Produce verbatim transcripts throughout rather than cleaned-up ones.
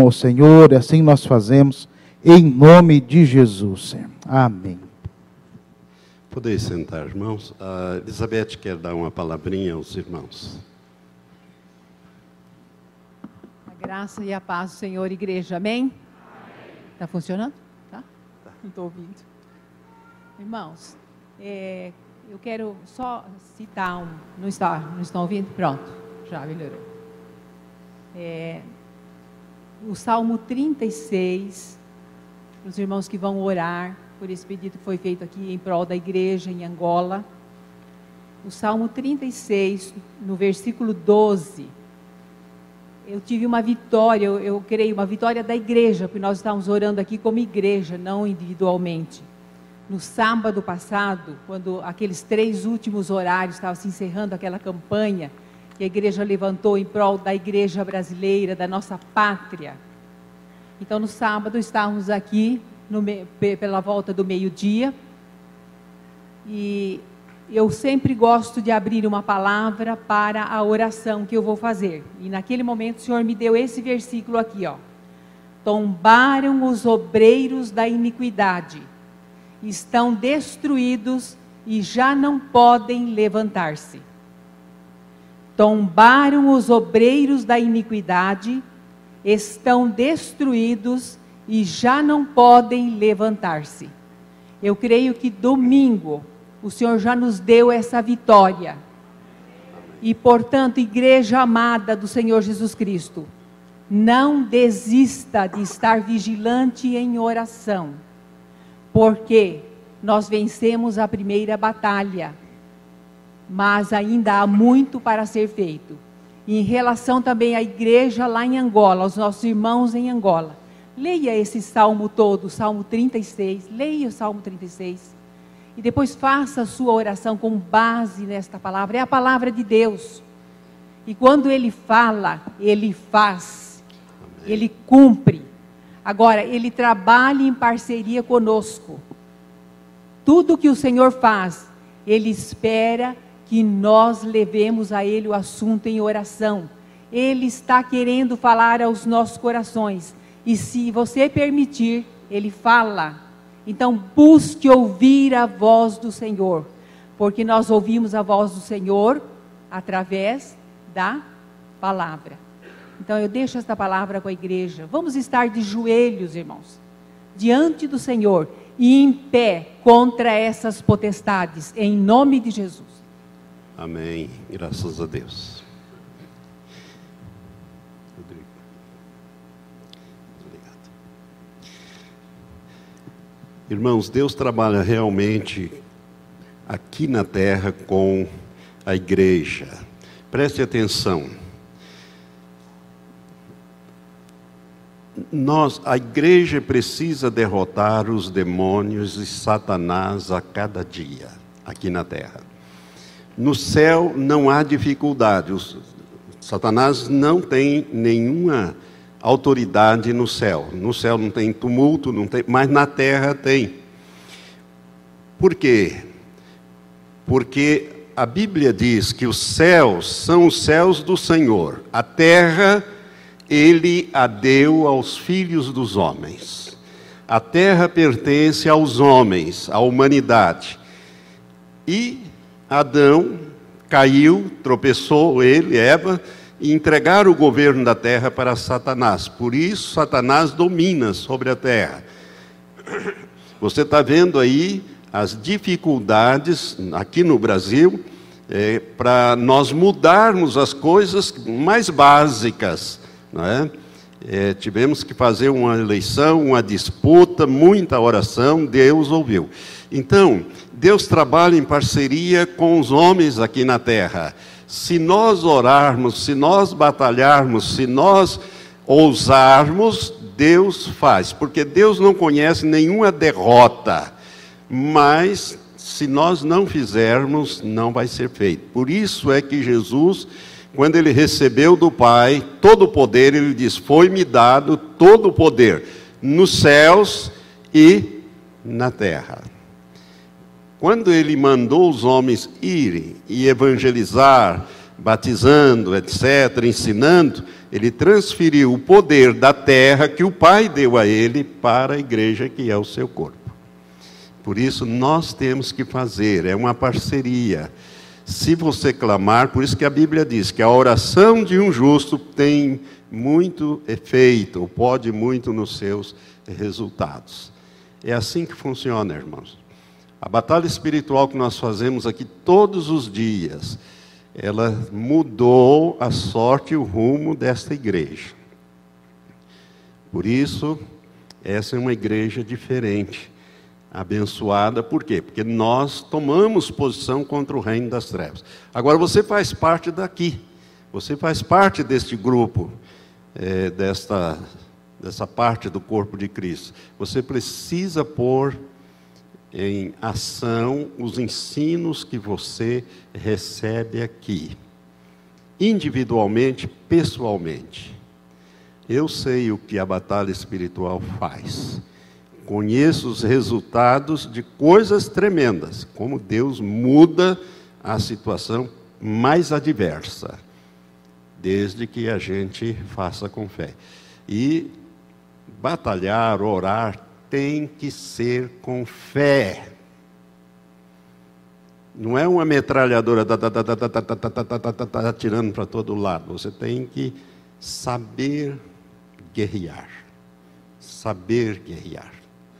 ao Senhor, assim nós fazemos, em nome de Jesus, Senhor. Amém. Podeis sentar, irmãos. A Elizabeth quer dar uma palavrinha aos irmãos. A graça e a paz do Senhor, igreja. Amém? Está funcionando? Tá? Não estou ouvindo. Irmãos, é, eu quero só citar um... Não está, não estão ouvindo? Pronto, já melhorou. É, o Salmo trinta e seis, para os irmãos que vão orar por esse pedido que foi feito aqui em prol da igreja em Angola. O Salmo trinta e seis, no versículo doze, eu tive uma vitória, eu, eu creio, uma vitória da igreja, porque nós estávamos orando aqui como igreja, não individualmente. No sábado passado, quando aqueles três últimos horários estavam se encerrando aquela campanha, que a igreja levantou em prol da igreja brasileira, da nossa pátria. Então, no sábado, estávamos aqui, no, pela volta do meio-dia, e eu sempre gosto de abrir uma palavra para a oração que eu vou fazer. E naquele momento o Senhor me deu esse versículo aqui, ó. Tombaram os obreiros da iniquidade, estão destruídos e já não podem levantar-se. Tombaram os obreiros da iniquidade, estão destruídos e já não podem levantar-se. Eu creio que domingo o Senhor já nos deu essa vitória. E, portanto, igreja amada do Senhor Jesus Cristo, não desista de estar vigilante em oração, porque nós vencemos a primeira batalha, mas ainda há muito para ser feito. E em relação também à igreja lá em Angola, aos nossos irmãos em Angola, leia esse salmo todo, o Salmo trinta e seis, leia o Salmo trinta e seis, e depois faça a sua oração com base nesta palavra. É a palavra de Deus, e quando Ele fala, Ele faz, Amém. Ele cumpre. Agora, Ele trabalha em parceria conosco. Tudo que o Senhor faz, Ele espera que nós levemos a Ele o assunto em oração. Ele está querendo falar aos nossos corações. E se você permitir, Ele fala. Então busque ouvir a voz do Senhor. Porque nós ouvimos a voz do Senhor através da palavra. Então eu deixo esta palavra com a igreja. Vamos estar de joelhos, irmãos, diante do Senhor e em pé contra essas potestades, em nome de Jesus. Amém. Graças a Deus. Irmãos, Deus trabalha realmente aqui na terra com a igreja. Preste atenção. Nós, a igreja precisa derrotar os demônios e Satanás a cada dia, aqui na terra. No céu não há dificuldade. Os, Satanás não tem nenhuma autoridade no céu. No céu não tem tumulto, não tem, mas na terra tem. Por quê? Porque a Bíblia diz que os céus são os céus do Senhor. A terra, Ele a deu aos filhos dos homens. A terra pertence aos homens, à humanidade. E Adão caiu, tropeçou, ele, Eva, e entregaram o governo da terra para Satanás. Por isso, Satanás domina sobre a terra. Você está vendo aí as dificuldades aqui no Brasil, é, para nós mudarmos as coisas mais básicas, não é? É, tivemos que fazer uma eleição, uma disputa, muita oração, Deus ouviu. Então, Deus trabalha em parceria com os homens aqui na terra. Se nós orarmos, se nós batalharmos, se nós ousarmos, Deus faz. Porque Deus não conhece nenhuma derrota. Mas, se nós não fizermos, não vai ser feito. Por isso é que Jesus, quando Ele recebeu do Pai todo o poder, Ele diz, foi-me dado todo o poder, nos céus e na terra. Quando Ele mandou os homens irem e evangelizar, batizando, etcétera, ensinando, ele transferiu o poder da terra que o Pai deu a ele para a igreja, que é o seu corpo. Por isso, nós temos que fazer, é uma parceria. Se você clamar, por isso que a Bíblia diz que a oração de um justo tem muito efeito, ou pode muito nos seus resultados. É assim que funciona, irmãos. A batalha espiritual que nós fazemos aqui todos os dias, ela mudou a sorte e o rumo desta igreja. Por isso, essa é uma igreja diferente, abençoada. Por quê? Porque nós tomamos posição contra o reino das trevas. Agora, você faz parte daqui, você faz parte deste grupo, é, desta, dessa parte do corpo de Cristo. Você precisa pôr em ação os ensinos que você recebe aqui, individualmente, pessoalmente. Eu sei o que a batalha espiritual faz. Conheço os resultados de coisas tremendas, como Deus muda a situação mais adversa, desde que a gente faça com fé. E batalhar, orar, tem que ser com fé. Não é uma metralhadora atirando para todo lado. Você tem que saber guerrear. Saber guerrear.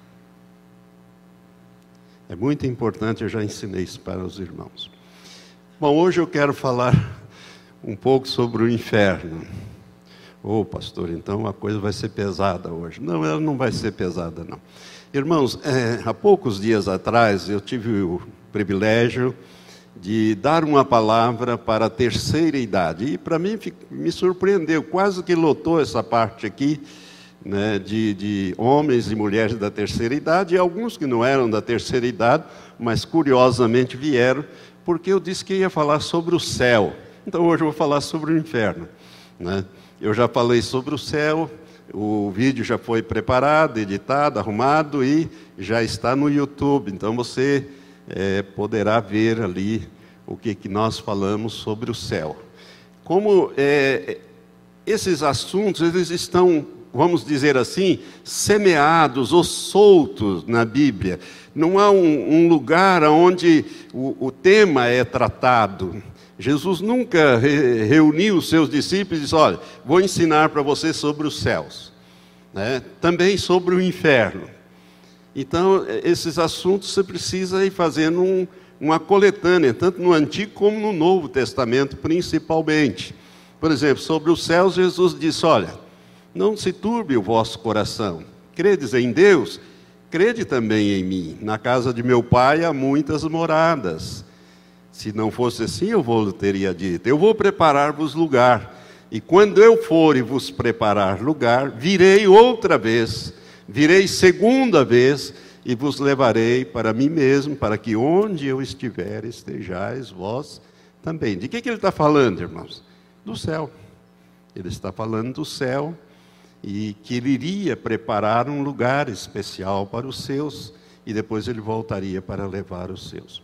É muito importante, eu já ensinei isso para os irmãos. Bom, hoje eu quero falar um pouco sobre o inferno. Ô, oh, pastor, então a coisa vai ser pesada hoje. Não, ela não vai ser pesada, não. Irmãos, é, há poucos dias atrás, eu tive o privilégio de dar uma palavra para a terceira idade. E para mim me surpreendeu, quase que lotou essa parte aqui, né, de, de homens e mulheres da terceira idade, e alguns que não eram da terceira idade, mas curiosamente vieram, porque eu disse que ia falar sobre o céu. Então hoje eu vou falar sobre o inferno, né? Eu já falei sobre o céu, o vídeo já foi preparado, editado, arrumado e já está no YouTube. Então você é, poderá ver ali o que, que nós falamos sobre o céu. Como é, esses assuntos, eles estão, vamos dizer assim, semeados ou soltos na Bíblia. Não há um, um lugar onde o, o tema é tratado. Jesus nunca re reuniu os seus discípulos e disse, olha, vou ensinar para vocês sobre os céus, né? Também sobre o inferno. Então, esses assuntos você precisa ir fazendo um, uma coletânea, tanto no Antigo como no Novo Testamento, principalmente. Por exemplo, sobre os céus, Jesus disse, olha, não se turbe o vosso coração. Credes em Deus? Crede também em mim. Na casa de meu Pai há muitas moradas. Se não fosse assim, eu vou teria dito, eu vou preparar-vos lugar, e quando eu for e vos preparar lugar, virei outra vez, virei segunda vez, e vos levarei para mim mesmo, para que onde eu estiver, estejais vós também. De que, que ele está falando, irmãos? Do céu. Ele está falando do céu, e que ele iria preparar um lugar especial para os seus, e depois ele voltaria para levar os seus.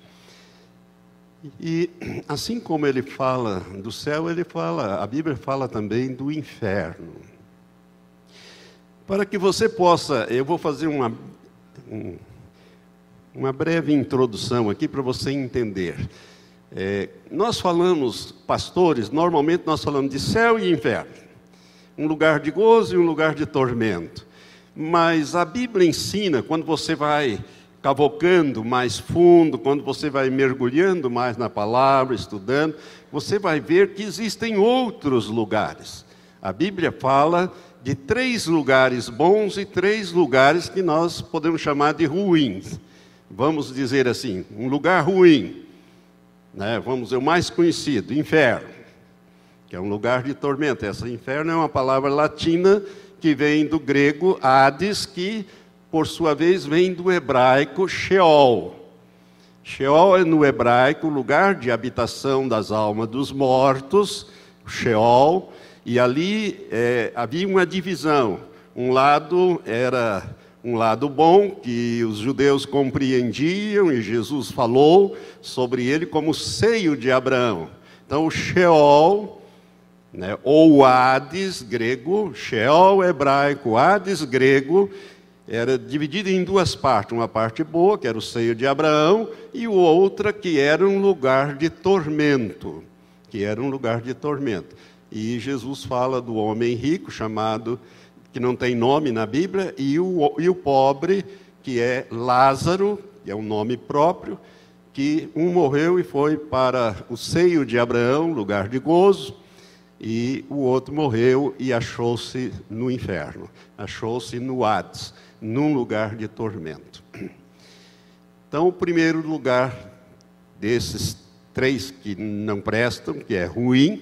E assim como ele fala do céu, ele fala, a Bíblia fala também do inferno. Para que você possa, eu vou fazer uma, um, uma breve introdução aqui para você entender. É, nós falamos, pastores, normalmente nós falamos de céu e inferno. Um lugar de gozo e um lugar de tormento. Mas a Bíblia ensina, quando você vai cavocando mais fundo, quando você vai mergulhando mais na palavra, estudando, você vai ver que existem outros lugares. A Bíblia fala de três lugares bons e três lugares que nós podemos chamar de ruins. Vamos dizer assim, um lugar ruim, né? Vamos dizer o mais conhecido, inferno, que é um lugar de tormento. Essa inferno é uma palavra latina que vem do grego Hades, que por sua vez, vem do hebraico Sheol. Sheol é no hebraico lugar de habitação das almas dos mortos, Sheol, e ali é, havia uma divisão. Um lado era um lado bom, que os judeus compreendiam, e Jesus falou sobre ele como seio de Abraão. Então, o Sheol, né, ou Hades, grego, Sheol hebraico, Hades grego, era dividido em duas partes. Uma parte boa, que era o seio de Abraão, e outra que era um lugar de tormento, que era um lugar de tormento. E Jesus fala do homem rico, chamado, que não tem nome na Bíblia, e o, e o pobre, que é Lázaro, que é um nome próprio, que um morreu e foi para o seio de Abraão, lugar de gozo, e o outro morreu e achou-se no inferno, achou-se no Hades, num lugar de tormento. Então, o primeiro lugar desses três que não prestam, que é ruim,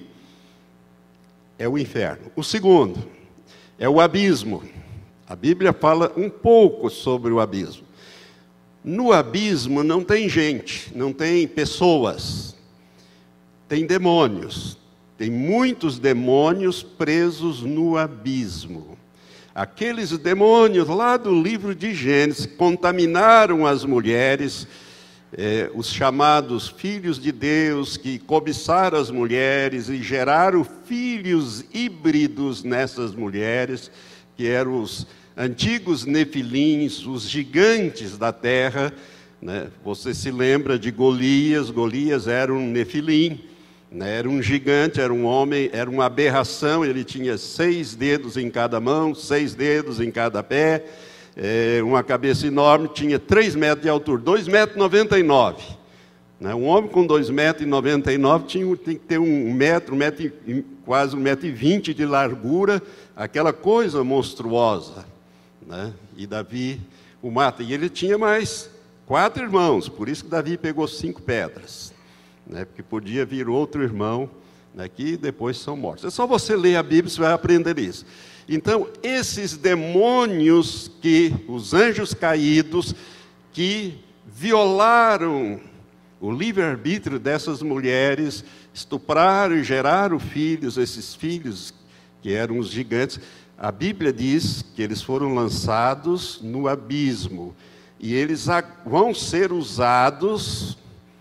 é o inferno. O segundo é o abismo. A Bíblia fala um pouco sobre o abismo. No abismo não tem gente, não tem pessoas, tem demônios. Tem muitos demônios presos no abismo. Aqueles demônios lá do livro de Gênesis contaminaram as mulheres, eh, os chamados filhos de Deus, que cobiçaram as mulheres e geraram filhos híbridos nessas mulheres, que eram os antigos nefilins, os gigantes da terra, né? Você se lembra de Golias? Golias era um nefilim, né? Era um gigante, era um homem, era uma aberração. Ele tinha seis dedos em cada mão, seis dedos em cada pé, é, uma cabeça enorme, tinha três metros de altura, dois metros e noventa e nove. Né? Um homem com dois metros e noventa e nove tinha, tinha que ter um metro, um metro e, quase um metro e vinte de largura, aquela coisa monstruosa. Né? E Davi o mata. E ele tinha mais quatro irmãos, por isso que Davi pegou cinco pedras, né? Porque podia vir outro irmão, né, que depois são mortos. É só você ler a Bíblia, você vai aprender isso. Então, esses demônios, que os anjos caídos, que violaram o livre-arbítrio dessas mulheres, estupraram e geraram filhos, esses filhos que eram os gigantes, a Bíblia diz que eles foram lançados no abismo, e eles vão ser usados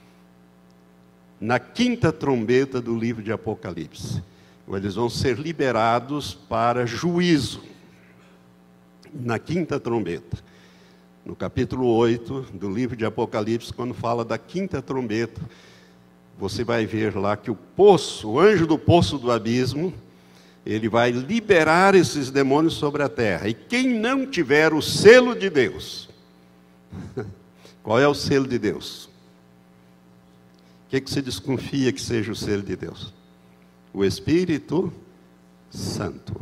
na quinta trombeta do livro de Apocalipse. Eles vão ser liberados para juízo, na quinta trombeta. No capítulo oito do livro de Apocalipse, quando fala da quinta trombeta, você vai ver lá que o poço, o anjo do poço do abismo, ele vai liberar esses demônios sobre a terra. E quem não tiver o selo de Deus, qual é o selo de Deus? O que, que você desconfia que seja o selo de Deus? O Espírito Santo.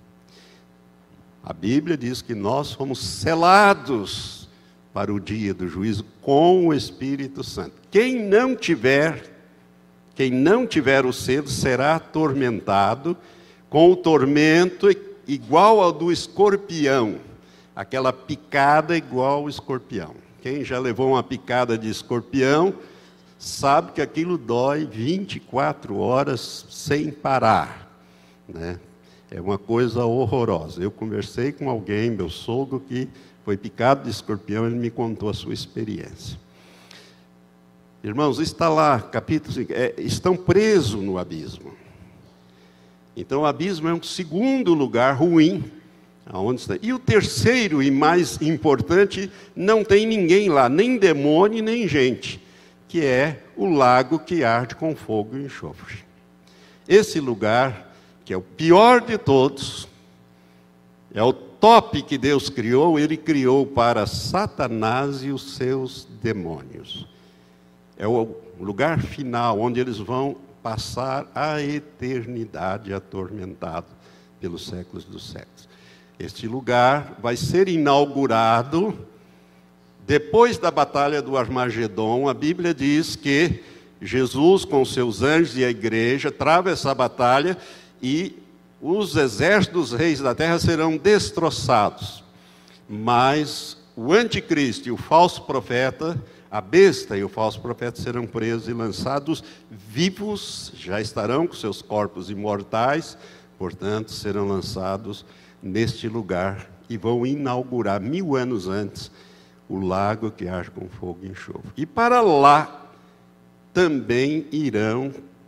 A Bíblia diz que nós fomos selados para o dia do juízo com o Espírito Santo. Quem não tiver, quem não tiver o selo será atormentado com o tormento igual ao do escorpião, aquela picada igual ao escorpião. Quem já levou uma picada de escorpião sabe que aquilo dói vinte e quatro horas sem parar, né? É uma coisa horrorosa. Eu conversei com alguém, meu sogro, que foi picado de escorpião, ele me contou a sua experiência. Irmãos, está lá, capítulo cinco, é, estão presos no abismo. Então, o abismo é um segundo lugar ruim. Aonde está? E o terceiro e mais importante, não tem ninguém lá, nem demônio, nem gente, que é o lago que arde com fogo e enxofre. Esse lugar, que é o pior de todos, é o top que Deus criou, Ele criou para Satanás e os seus demônios. É o lugar final, onde eles vão passar a eternidade atormentado pelos séculos dos séculos. Este lugar vai ser inaugurado depois da batalha do Armagedon. A Bíblia diz que Jesus, com seus anjos e a igreja, trava essa batalha e os exércitos dos reis da terra serão destroçados. Mas o anticristo e o falso profeta, a besta e o falso profeta serão presos e lançados vivos, já estarão com seus corpos imortais, portanto, serão lançados neste lugar e vão inaugurar, mil anos antes, o lago que arde com fogo e enxofre. E para lá também irão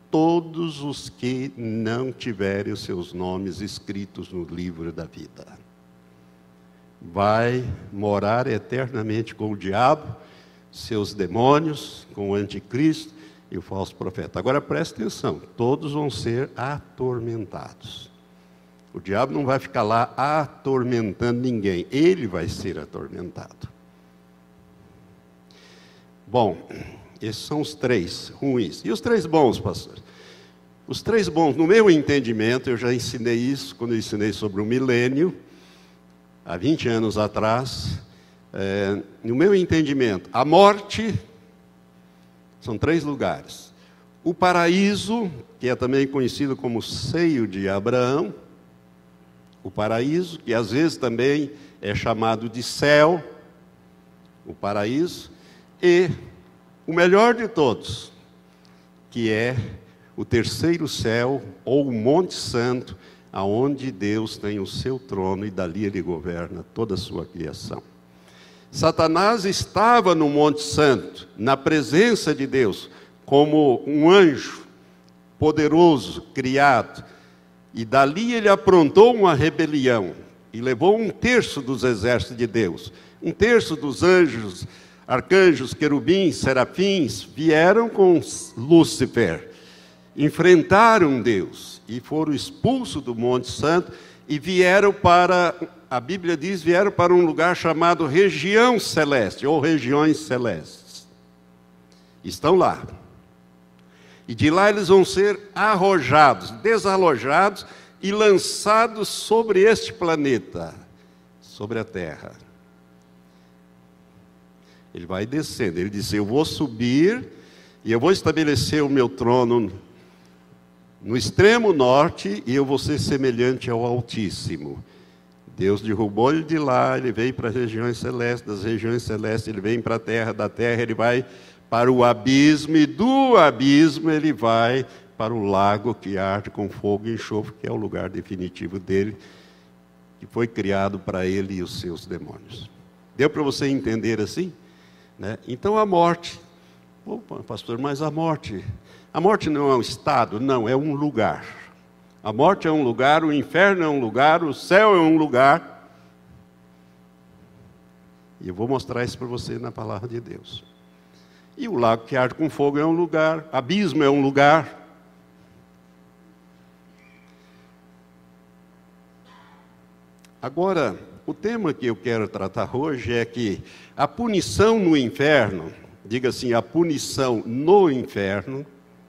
todos os que não tiverem os seus nomes escritos no livro da vida. Vai morar eternamente com o diabo, seus demônios, com o anticristo e o falso profeta. Agora preste atenção, todos vão ser atormentados. O diabo não vai ficar lá atormentando ninguém, ele vai ser atormentado. Bom, esses são os três ruins. E os três bons, pastor? Os três bons, no meu entendimento, eu já ensinei isso quando eu ensinei sobre o milênio, há vinte anos atrás. É, no meu entendimento, a morte, são três lugares. O paraíso, que é também conhecido como seio de Abraão, o paraíso, que às vezes também é chamado de céu, o paraíso, e o melhor de todos, que é o terceiro céu, ou o Monte Santo, aonde Deus tem o seu trono e dali ele governa toda a sua criação. Satanás estava no Monte Santo, na presença de Deus, como um anjo poderoso, criado, e dali ele aprontou uma rebelião, e levou um terço dos exércitos de Deus, um terço dos anjos, arcanjos, querubins, serafins, vieram com Lúcifer, enfrentaram Deus, e foram expulsos do Monte Santo, e vieram para, a Bíblia diz, vieram para um lugar chamado região celeste, ou regiões celestes. Estão lá. E de lá eles vão ser arrojados, desalojados e lançados sobre este planeta, sobre a Terra. Ele vai descendo, ele diz, eu vou subir e eu vou estabelecer o meu trono no extremo norte e eu vou ser semelhante ao Altíssimo. Deus derrubou ele de lá, ele veio para as regiões celestes, das regiões celestes ele vem para a terra, da terra ele vai para o abismo, e do abismo ele vai para o lago que arde com fogo e enxofre, que é o lugar definitivo dele, que foi criado para ele e os seus demônios. Deu para você entender assim? Né? Então a morte, opa, pastor, mas a morte, a morte não é um estado, não, é um lugar. A morte é um lugar, o inferno é um lugar, o céu é um lugar. E eu vou mostrar isso para você na palavra de Deus. E o lago que arde com fogo é um lugar, abismo é um lugar. Agora, o tema que eu quero tratar hoje é que a punição no inferno, diga assim, a punição no inferno,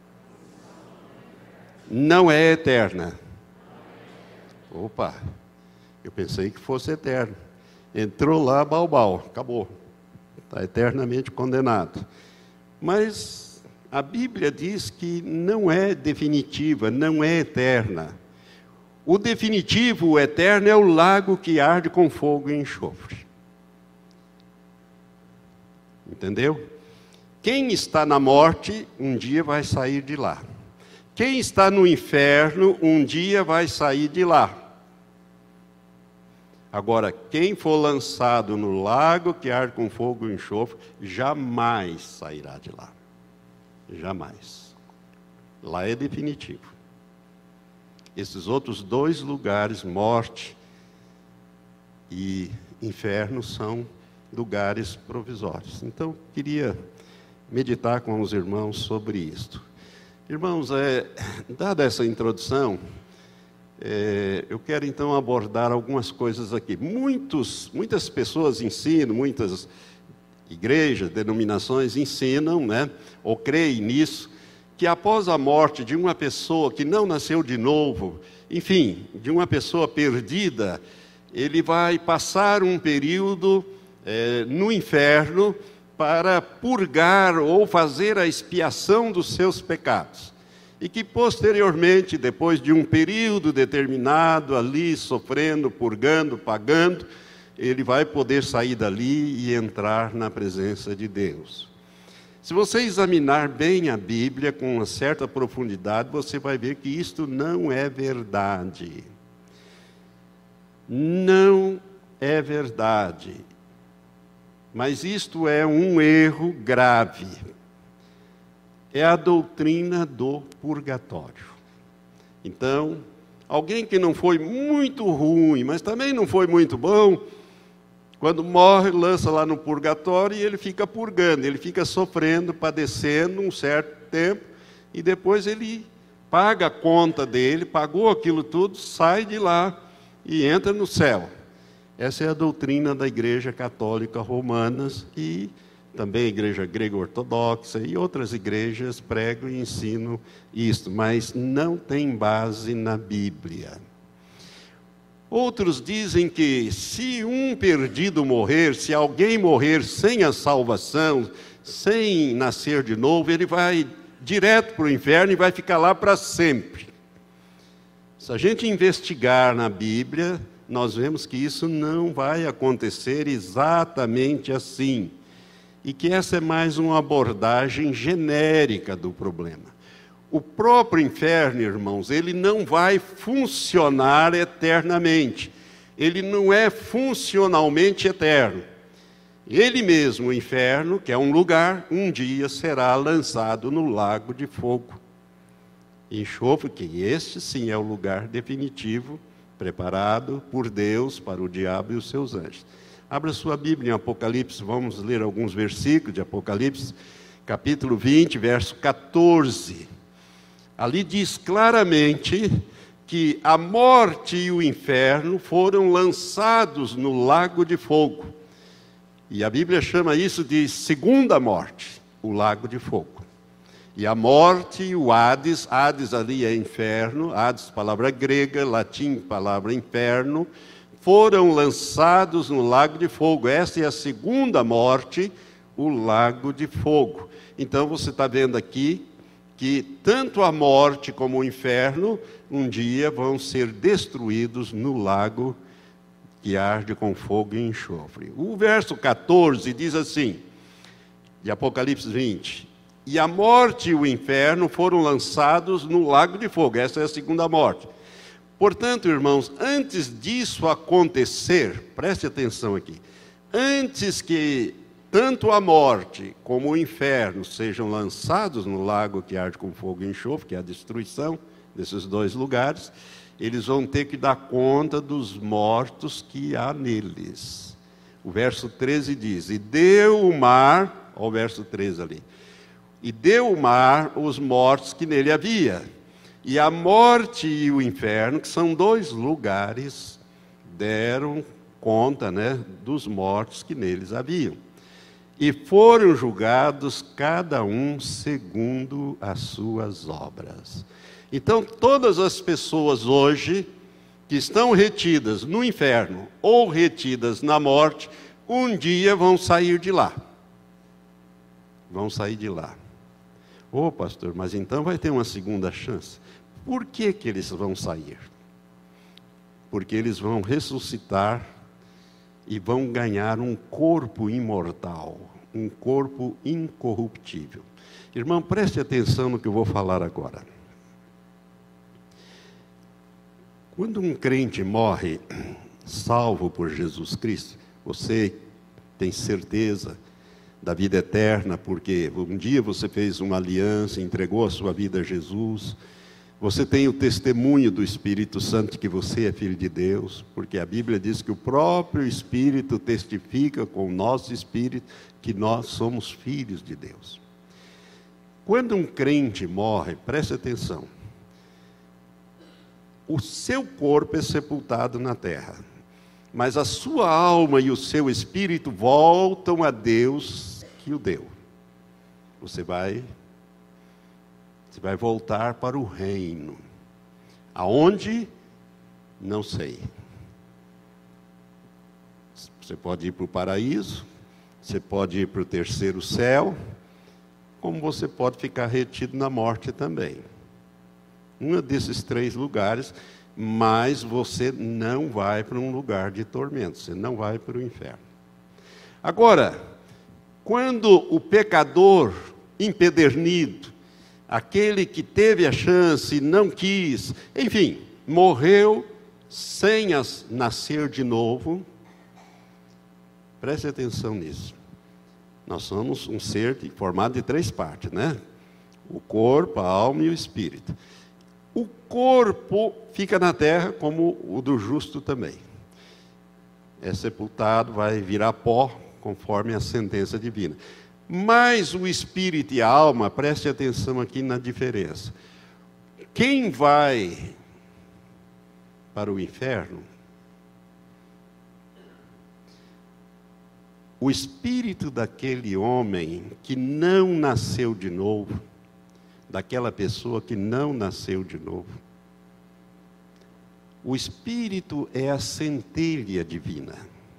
não é eterna. Opa, eu pensei que fosse eterno. Entrou lá, balbal, acabou. Está eternamente condenado. Mas a Bíblia diz que não é definitiva, não é eterna. O definitivo, o eterno, é o lago que arde com fogo e enxofre. Entendeu? Quem está na morte, um dia vai sair de lá. Quem está no inferno, um dia vai sair de lá. Agora, quem for lançado no lago que arde com fogo e enxofre, jamais sairá de lá. Jamais. Lá é definitivo. Esses outros dois lugares, morte e inferno, são lugares provisórios. Então, queria meditar com os irmãos sobre isto. Irmãos, é, dada essa introdução, é, eu quero então abordar algumas coisas aqui. Muitos, muitas pessoas ensinam, muitas igrejas, denominações ensinam, né, ou creem nisso, que após a morte de uma pessoa que não nasceu de novo, enfim, de uma pessoa perdida, ele vai passar um período é, no inferno para purgar ou fazer a expiação dos seus pecados. E que posteriormente, depois de um período determinado ali, sofrendo, purgando, pagando, ele vai poder sair dali e entrar na presença de Deus. Se você examinar bem a Bíblia com uma certa profundidade, você vai ver que isto não é verdade. Não é verdade. Mas isto é um erro grave. é a doutrina do purgatório. Então, alguém que não foi muito ruim, mas também não foi muito bom, quando morre, lança lá no purgatório e ele fica purgando, ele fica sofrendo, padecendo um certo tempo, e depois ele paga a conta dele, pagou aquilo tudo, sai de lá e entra no céu. Essa é a doutrina da Igreja Católica Romana e também a Igreja Grego-Ortodoxa e outras igrejas pregam e ensinam isto, mas não tem base na Bíblia. Outros dizem que se um perdido morrer, se alguém morrer sem a salvação, sem nascer de novo, ele vai direto para o inferno e vai ficar lá para sempre. Se a gente investigar na Bíblia, nós vemos que isso não vai acontecer exatamente assim. E que essa é mais uma abordagem genérica do problema. O próprio inferno, irmãos, ele não vai funcionar eternamente. Ele não é funcionalmente eterno. Ele mesmo, o inferno, que é um lugar, um dia será lançado no lago de fogo e enxofre, que este sim é o lugar definitivo, preparado por Deus para o diabo e os seus anjos. Abra sua Bíblia em Apocalipse, vamos ler alguns versículos de Apocalipse, capítulo vinte, verso quatorze. Ali diz claramente que a morte e o inferno foram lançados no lago de fogo. E a Bíblia chama isso de segunda morte, o lago de fogo. E a morte, o Hades, Hades ali é inferno, Hades, palavra grega, latim, palavra inferno, foram lançados no lago de fogo. Essa é a segunda morte, o lago de fogo. Então você está vendo aqui que tanto a morte como o inferno, um dia vão ser destruídos no lago que arde com fogo e enxofre. O verso quatorze diz assim, de Apocalipse vinte, e a morte e o inferno foram lançados no lago de fogo. Essa é a segunda morte. Portanto, irmãos, antes disso acontecer, preste atenção aqui, antes que tanto a morte como o inferno sejam lançados no lago que arde com fogo e enxofre, que é a destruição desses dois lugares, eles vão ter que dar conta dos mortos que há neles. O verso treze diz, e deu o mar, olha o verso treze ali, e deu o mar os mortos que nele havia. E a morte e o inferno, que são dois lugares, deram conta, né, dos mortos que neles haviam. E foram julgados cada um segundo as suas obras. Então, todas as pessoas hoje que estão retidas no inferno ou retidas na morte, um dia vão sair de lá. Vão sair de lá. Ô, oh, pastor, mas então vai ter uma segunda chance. Por que que eles vão sair? Porque eles vão ressuscitar e vão ganhar um corpo imortal, um corpo incorruptível. Irmão, preste atenção no que eu vou falar agora. Quando um crente morre, salvo por Jesus Cristo, você tem certeza da vida eterna, porque um dia você fez uma aliança, entregou a sua vida a Jesus, você tem o testemunho do Espírito Santo que você é filho de Deus, porque a Bíblia diz que o próprio Espírito testifica com o nosso Espírito que nós somos filhos de Deus. Quando um crente morre, preste atenção, o seu corpo é sepultado na terra, mas a sua alma e o seu espírito voltam a Deus que o deu. Você vai, você vai voltar para o reino. Aonde? Não sei. Você pode ir para o paraíso, você pode ir para o terceiro céu, como você pode ficar retido na morte também. Um desses três lugares, mas você não vai para um lugar de tormento, você não vai para o inferno. Agora, quando o pecador empedernido, aquele que teve a chance e não quis, enfim, morreu sem as, nascer de novo, preste atenção nisso. Nós somos um ser formado de três partes, né? O corpo, a alma e o espírito. O corpo fica na terra como o do justo também. É sepultado, vai virar pó, conforme a sentença divina. Mas o espírito e a alma, preste atenção aqui na diferença. Quem vai para o inferno, o espírito daquele homem que não nasceu de novo, daquela pessoa que não nasceu de novo, o espírito é a centelha divina.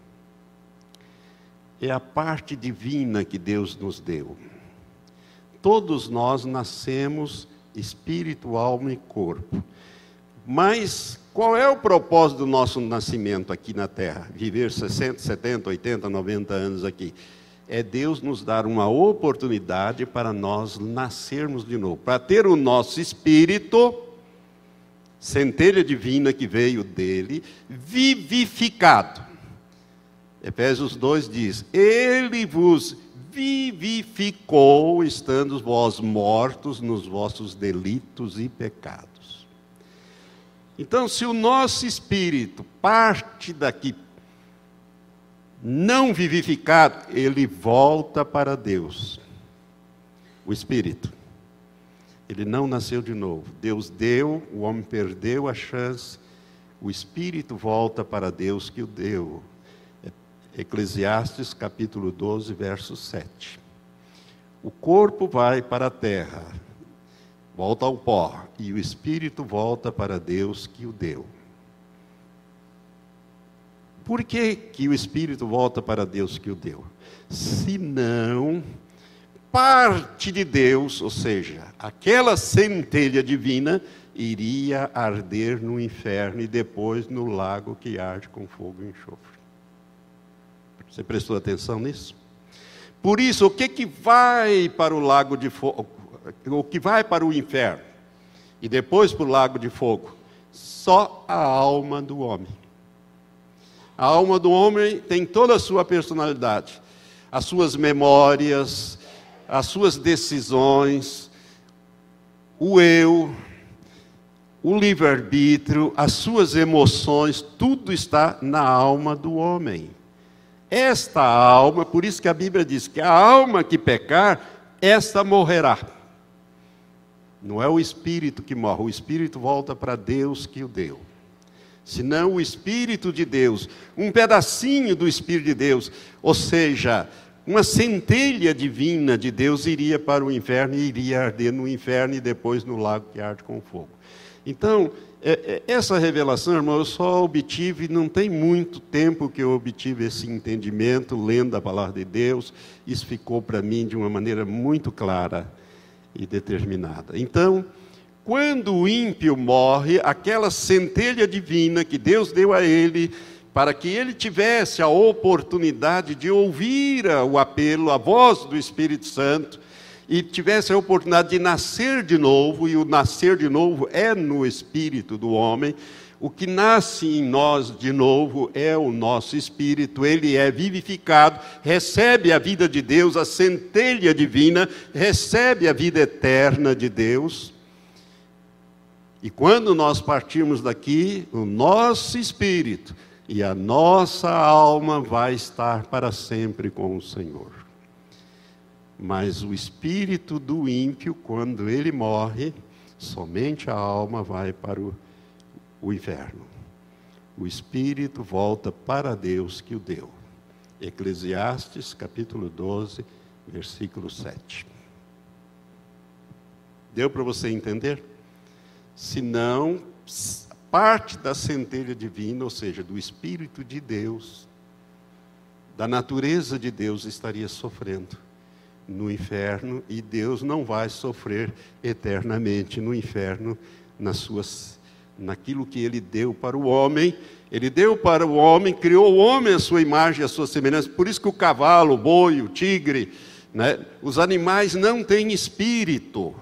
É a parte divina que Deus nos deu. Todos nós nascemos espírito, alma e corpo. Mas qual é o propósito do nosso nascimento aqui na Terra? Viver sessenta, setenta, oitenta, noventa anos aqui. É Deus nos dar uma oportunidade para nós nascermos de novo. Para ter o nosso espírito, centelha divina que veio dele, vivificado. Efésios dois diz, Ele vos vivificou, estando vós mortos nos vossos delitos e pecados. Então, se o nosso espírito parte daqui não vivificado, ele volta para Deus. O espírito. Ele não nasceu de novo. Deus deu, o homem perdeu a chance, o espírito volta para Deus que o deu. Eclesiastes capítulo doze, verso sete. O corpo vai para a terra, volta ao pó, e o espírito volta para Deus que o deu. Por que que o espírito volta para Deus que o deu? Senão, parte de Deus, ou seja, aquela centelha divina, iria arder no inferno e depois no lago que arde com fogo e enxofre. Você prestou atenção nisso? Por isso, o que que vai para o lago de fogo, o que vai para o inferno e depois para o lago de fogo? Só a alma do homem. A alma do homem tem toda a sua personalidade, as suas memórias, as suas decisões, o eu, o livre-arbítrio, as suas emoções, tudo está na alma do homem. Esta alma, por isso que a Bíblia diz que a alma que pecar, esta morrerá. Não é o espírito que morre, o espírito volta para Deus que o deu. Senão o Espírito de Deus, um pedacinho do Espírito de Deus, ou seja, uma centelha divina de Deus iria para o inferno e iria arder no inferno e depois no lago que arde com fogo. Então, essa revelação, irmão, eu só obtive, não tem muito tempo que eu obtive esse entendimento, lendo a palavra de Deus, isso ficou para mim de uma maneira muito clara e determinada. Então, quando o ímpio morre, aquela centelha divina que Deus deu a ele, para que ele tivesse a oportunidade de ouvir o apelo, a voz do Espírito Santo, e tivesse a oportunidade de nascer de novo, e o nascer de novo é no espírito do homem. O que nasce em nós de novo é o nosso espírito, ele é vivificado, recebe a vida de Deus, a centelha divina, recebe a vida eterna de Deus. E quando nós partirmos daqui, o nosso espírito e a nossa alma vai estar para sempre com o Senhor. Mas o espírito do ímpio, quando ele morre, somente a alma vai para o, o inferno. O espírito volta para Deus que o deu. Eclesiastes capítulo doze, versículo sete. Deu para você entender? Senão, parte da centelha divina, ou seja, do Espírito de Deus, da natureza de Deus, estaria sofrendo no inferno, e Deus não vai sofrer eternamente no inferno, nas suas, naquilo que Ele deu para o homem. Ele deu para o homem, criou o homem à sua imagem e à sua semelhança, por isso que o cavalo, o boi, o tigre, né, os animais não têm espírito.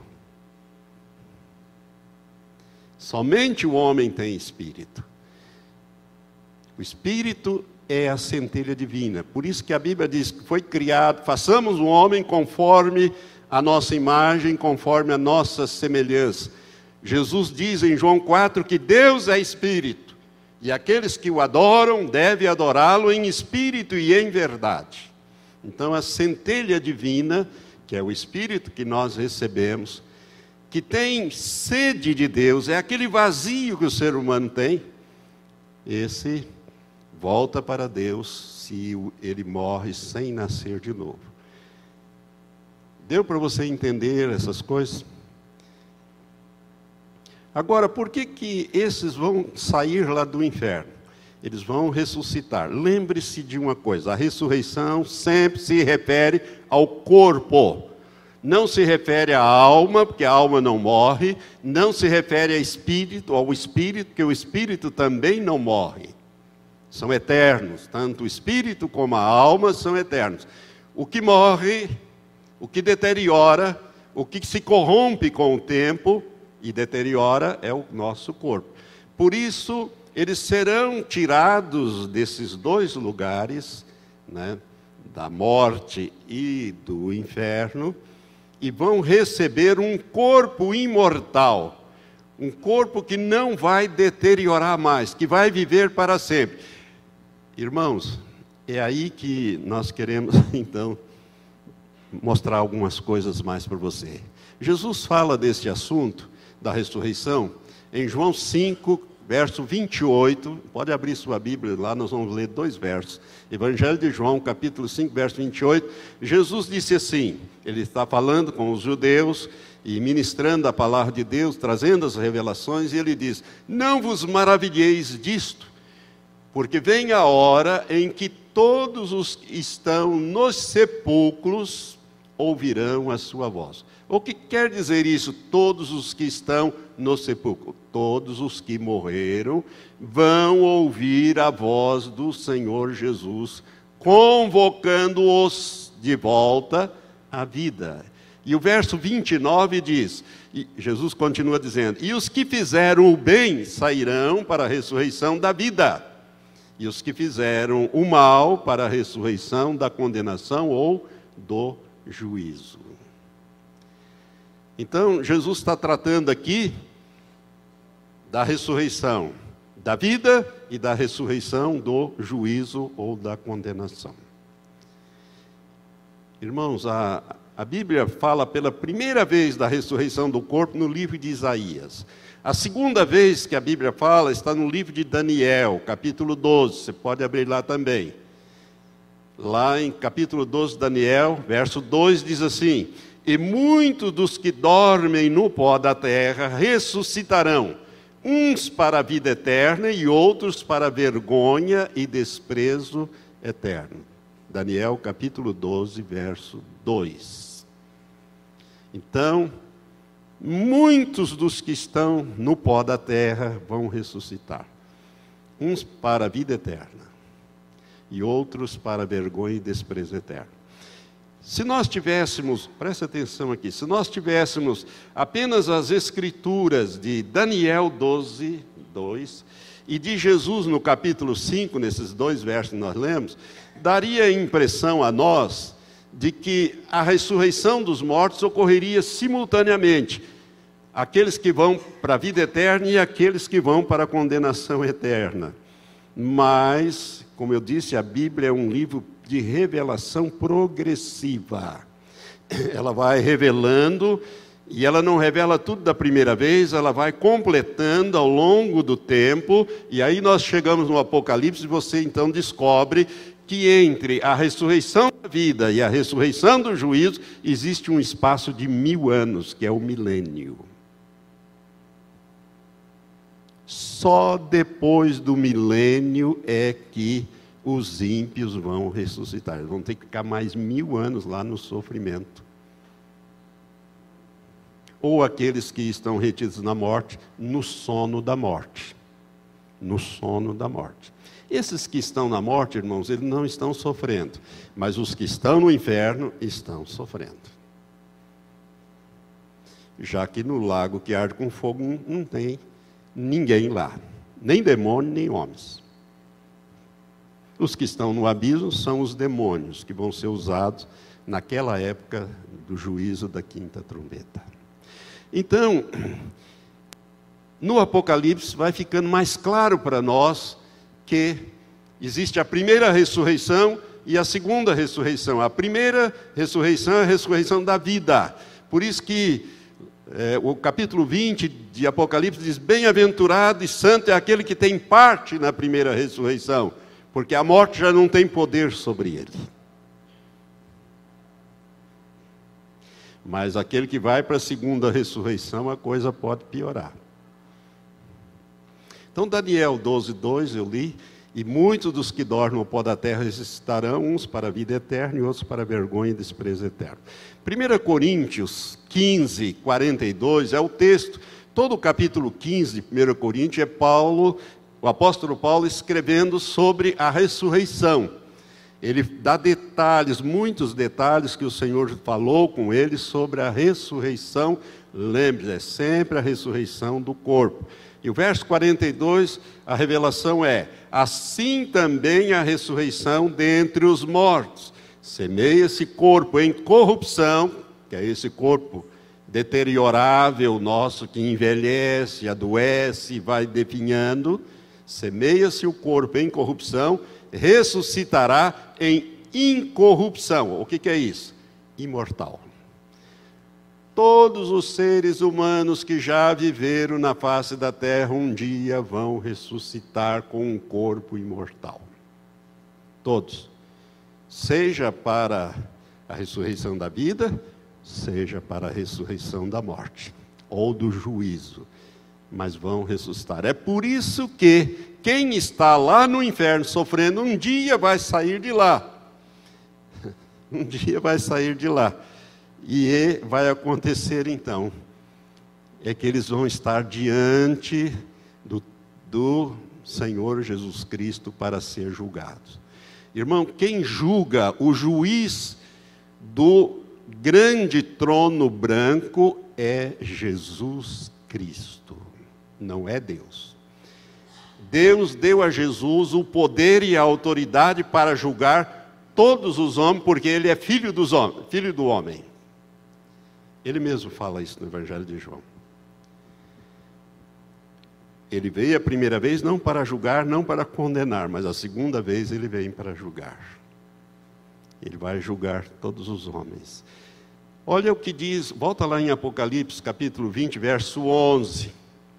Somente o homem tem espírito. O espírito é a centelha divina. Por isso que a Bíblia diz que foi criado, façamos o homem conforme a nossa imagem, conforme a nossa semelhança. Jesus diz em João quatro que Deus é Espírito, e aqueles que o adoram devem adorá-lo em espírito e em verdade. Então a centelha divina, que é o Espírito que nós recebemos, que tem sede de Deus, é aquele vazio que o ser humano tem, esse volta para Deus se ele morre sem nascer de novo. Deu para você entender essas coisas? Agora, por que que esses vão sair lá do inferno? Eles vão ressuscitar. Lembre-se de uma coisa, a ressurreição sempre se refere ao corpo. Não se refere à alma, porque a alma não morre. Não se refere ao espírito, ao espírito, porque o espírito também não morre. São eternos, tanto o espírito como a alma são eternos. O que morre, o que deteriora, o que se corrompe com o tempo e deteriora é o nosso corpo. Por isso, eles serão tirados desses dois lugares, né, da morte e do inferno, e vão receber um corpo imortal, um corpo que não vai deteriorar mais, que vai viver para sempre. Irmãos, é aí que nós queremos, então, mostrar algumas coisas mais para você. Jesus fala desse assunto da ressurreição em João cinco, verso vinte e oito, pode abrir sua Bíblia, lá nós vamos ler dois versos. Evangelho de João, capítulo cinco, verso vinte e oito, Jesus disse assim, ele está falando com os judeus e ministrando a palavra de Deus, trazendo as revelações, e ele diz: não vos maravilheis disto, porque vem a hora em que todos os que estão nos sepulcros ouvirão a sua voz. O que quer dizer isso, todos os que estão no sepulcro? Todos os que morreram vão ouvir a voz do Senhor Jesus, convocando-os de volta à vida. E o verso vinte e nove diz, e Jesus continua dizendo, e os que fizeram o bem sairão para a ressurreição da vida, e os que fizeram o mal para a ressurreição da condenação ou do juízo. Então, Jesus está tratando aqui da ressurreição da vida e da ressurreição do juízo ou da condenação. Irmãos, a, a Bíblia fala pela primeira vez da ressurreição do corpo no livro de Isaías. A segunda vez que a Bíblia fala está no livro de Daniel, capítulo doze, você pode abrir lá também. Lá em capítulo doze de Daniel, verso dois, diz assim: e muitos dos que dormem no pó da terra ressuscitarão, uns para a vida eterna e outros para a vergonha e desprezo eterno. Daniel capítulo doze, verso dois. Então, muitos dos que estão no pó da terra vão ressuscitar, uns para a vida eterna e outros para a vergonha e desprezo eterno. Se nós tivéssemos, preste atenção aqui, se nós tivéssemos apenas as escrituras de Daniel doze, dois, e de Jesus no capítulo cinco, nesses dois versos que nós lemos, daria a impressão a nós de que a ressurreição dos mortos ocorreria simultaneamente. Aqueles que vão para a vida eterna e aqueles que vão para a condenação eterna. Mas, como eu disse, a Bíblia é um livro de revelação progressiva. Ela vai revelando, e ela não revela tudo da primeira vez, ela vai completando ao longo do tempo, e aí nós chegamos no Apocalipse, e você então descobre que entre a ressurreição da vida e a ressurreição do juízo, existe um espaço de mil anos, que é o milênio. Só depois do milênio é que os ímpios vão ressuscitar. Eles vão ter que ficar mais mil anos lá no sofrimento. Ou aqueles que estão retidos na morte, no sono da morte. No sono da morte. Esses que estão na morte, irmãos, eles não estão sofrendo. Mas os que estão no inferno estão sofrendo. Já que no lago que arde com fogo não tem ninguém lá. Nem demônio, nem homens. Os que estão no abismo são os demônios, que vão ser usados naquela época do juízo da quinta trombeta. Então, no Apocalipse vai ficando mais claro para nós que existe a primeira ressurreição e a segunda ressurreição. A primeira ressurreição é a ressurreição da vida. Por isso que é, o capítulo vinte de Apocalipse diz: bem-aventurado e santo é aquele que tem parte na primeira ressurreição, porque a morte já não tem poder sobre ele. Mas aquele que vai para a segunda ressurreição, a coisa pode piorar. Então, Daniel doze, dois, eu li: e muitos dos que dormem no pó da terra ressuscitarão, uns para a vida eterna e outros para a vergonha e desprezo eterno. primeira Coríntios quinze, quarenta e dois é o texto. Todo o capítulo quinze de primeira Coríntios é Paulo, o apóstolo Paulo, escrevendo sobre a ressurreição. Ele dá detalhes, muitos detalhes que o Senhor falou com ele sobre a ressurreição. Lembre-se, é sempre a ressurreição do corpo. E o verso quarenta e dois, a revelação é: assim também a ressurreição dentre os mortos. Semeia-se corpo em corrupção, que é esse corpo deteriorável nosso, que envelhece, adoece, vai definhando. Semeia-se o corpo em corrupção, ressuscitará em incorrupção. O que, que é isso? Imortal. Todos os seres humanos que já viveram na face da terra um dia vão ressuscitar com um corpo imortal. Todos. Seja para a ressurreição da vida, seja para a ressurreição da morte, ou do juízo. Mas vão ressuscitar. É por isso que quem está lá no inferno sofrendo, um dia vai sair de lá. Um dia vai sair de lá. E vai acontecer então, é que eles vão estar diante do, do Senhor Jesus Cristo para ser julgados. Irmão, quem julga, o juiz do grande trono branco é Jesus Cristo, não é Deus. Deus deu a Jesus o poder e a autoridade para julgar todos os homens, porque ele é filho dos homens, filho do homem. Ele mesmo fala isso no Evangelho de João. Ele veio a primeira vez não para julgar, não para condenar, mas a segunda vez ele vem para julgar. Ele vai julgar todos os homens. Olha o que diz, volta lá em Apocalipse, capítulo vinte, verso onze.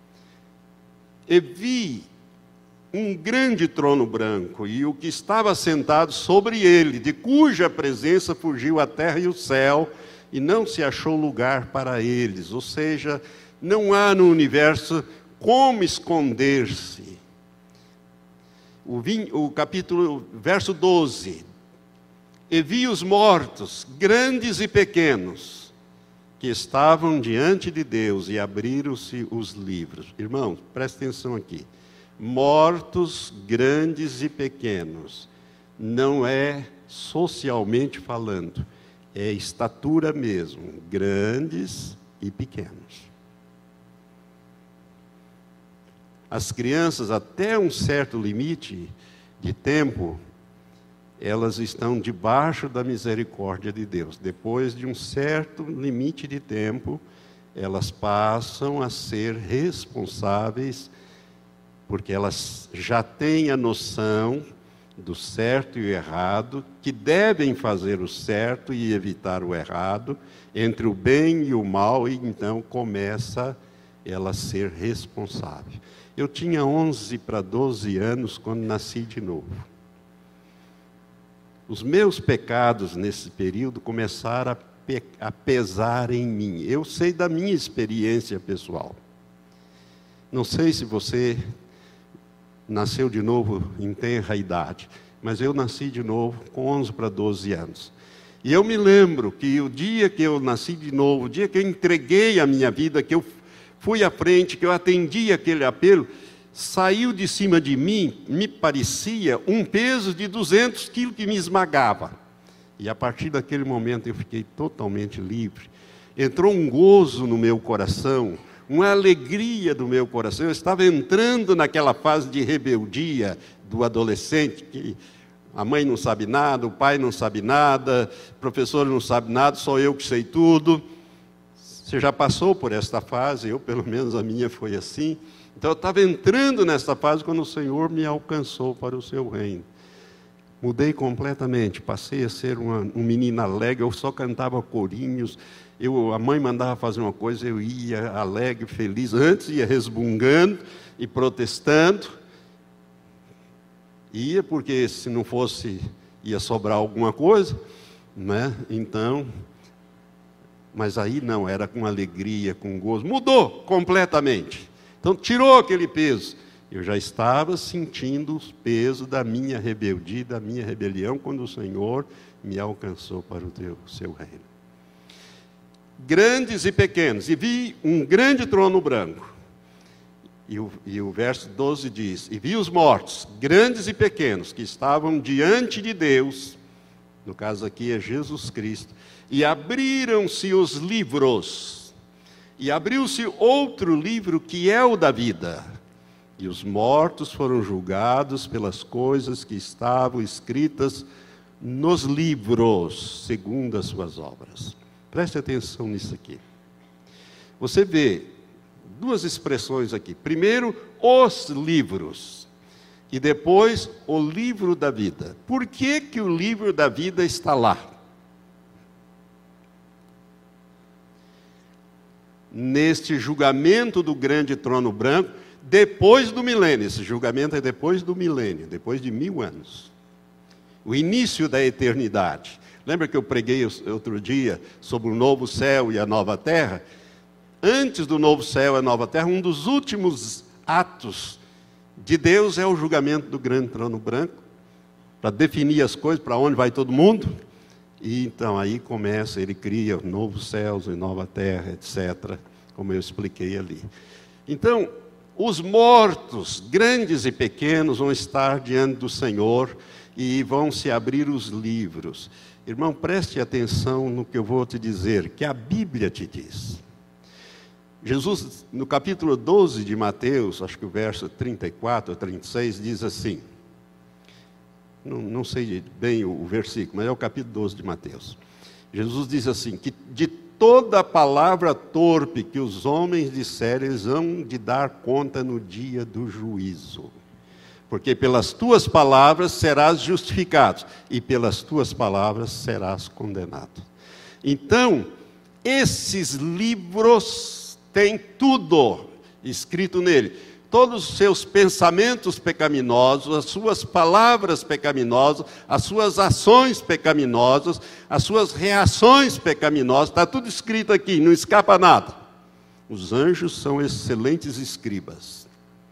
E vi um grande trono branco, e o que estava sentado sobre ele, de cuja presença fugiu a terra e o céu, e não se achou lugar para eles. Ou seja, não há no universo como esconder-se. O, o capítulo, verso doze. E vi os mortos, grandes e pequenos, que estavam diante de Deus, e abriram-se os livros. Irmãos, preste atenção aqui. Mortos, grandes e pequenos. Não é socialmente falando. É estatura mesmo, grandes e pequenos. As crianças, até um certo limite de tempo, elas estão debaixo da misericórdia de Deus. Depois de um certo limite de tempo, elas passam a ser responsáveis, porque elas já têm a noção do certo e o errado, que devem fazer o certo e evitar o errado, entre o bem e o mal, e então começa ela a ser responsável. Eu tinha onze para doze anos quando nasci de novo. Os meus pecados nesse período começaram a, pe- a pesar em mim. Eu sei da minha experiência pessoal. Não sei se você nasceu de novo em tenra idade, mas eu nasci de novo com onze para doze anos. E eu me lembro que o dia que eu nasci de novo, o dia que eu entreguei a minha vida, que eu fui à frente, que eu atendi aquele apelo, saiu de cima de mim, me parecia um peso de duzentos quilos que me esmagava. E a partir daquele momento eu fiquei totalmente livre. Entrou um gozo no meu coração, uma alegria do meu coração. Eu estava entrando naquela fase de rebeldia do adolescente, que A mãe não sabe nada, o pai não sabe nada, o professor não sabe nada, só eu que sei tudo. Você já passou por esta fase, eu pelo menos a minha foi assim. Então eu estava entrando nessa fase quando o Senhor me alcançou para o seu reino. Mudei completamente, passei a ser uma, um menino alegre, eu só cantava corinhos, eu, a mãe mandava fazer uma coisa, eu ia alegre, feliz, antes ia resmungando e protestando, ia porque se não fosse, ia sobrar alguma coisa, né? Então, mas aí não, era com alegria, com gozo, mudou completamente, então tirou aquele peso. Eu já estava sentindo o peso da minha rebeldia, da minha rebelião, quando o Senhor me alcançou para o teu, seu reino. Grandes e pequenos, e vi um grande trono branco. E o, e o verso doze diz, e vi os mortos, grandes e pequenos, que estavam diante de Deus, no caso aqui é Jesus Cristo, e abriram-se os livros, e abriu-se outro livro que é o da vida. E os mortos foram julgados pelas coisas que estavam escritas nos livros, segundo as suas obras. Preste atenção nisso aqui. Você vê duas expressões aqui. Primeiro, os livros. E depois, o livro da vida. Por que que o livro da vida está lá? Neste julgamento do grande trono branco, depois do milênio, esse julgamento é depois do milênio, depois de mil anos. O início da eternidade. Lembra que eu preguei outro dia sobre o novo céu e a nova terra? Antes do novo céu e a nova terra, um dos últimos atos de Deus é o julgamento do grande trono branco, para definir as coisas, para onde vai todo mundo. E então aí começa, ele cria novos céus e nova terra, etcétera, como eu expliquei ali. Então, os mortos, grandes e pequenos, vão estar diante do Senhor e vão se abrir os livros. Irmão, preste atenção no que eu vou te dizer, que a Bíblia te diz. Jesus, no capítulo doze de Mateus, acho que o verso trinta e quatro, trinta e seis, diz assim, não, não sei bem o, o versículo, mas é o capítulo doze de Mateus. Jesus diz assim, que de toda palavra torpe que os homens disserem, eles hão de dar conta no dia do juízo. Porque pelas tuas palavras serás justificado, e pelas tuas palavras serás condenado. Então, esses livros têm tudo escrito nele. Todos os seus pensamentos pecaminosos, as suas palavras pecaminosas, as suas ações pecaminosas, as suas reações pecaminosas, está tudo escrito aqui, não escapa nada. Os anjos são excelentes escribas.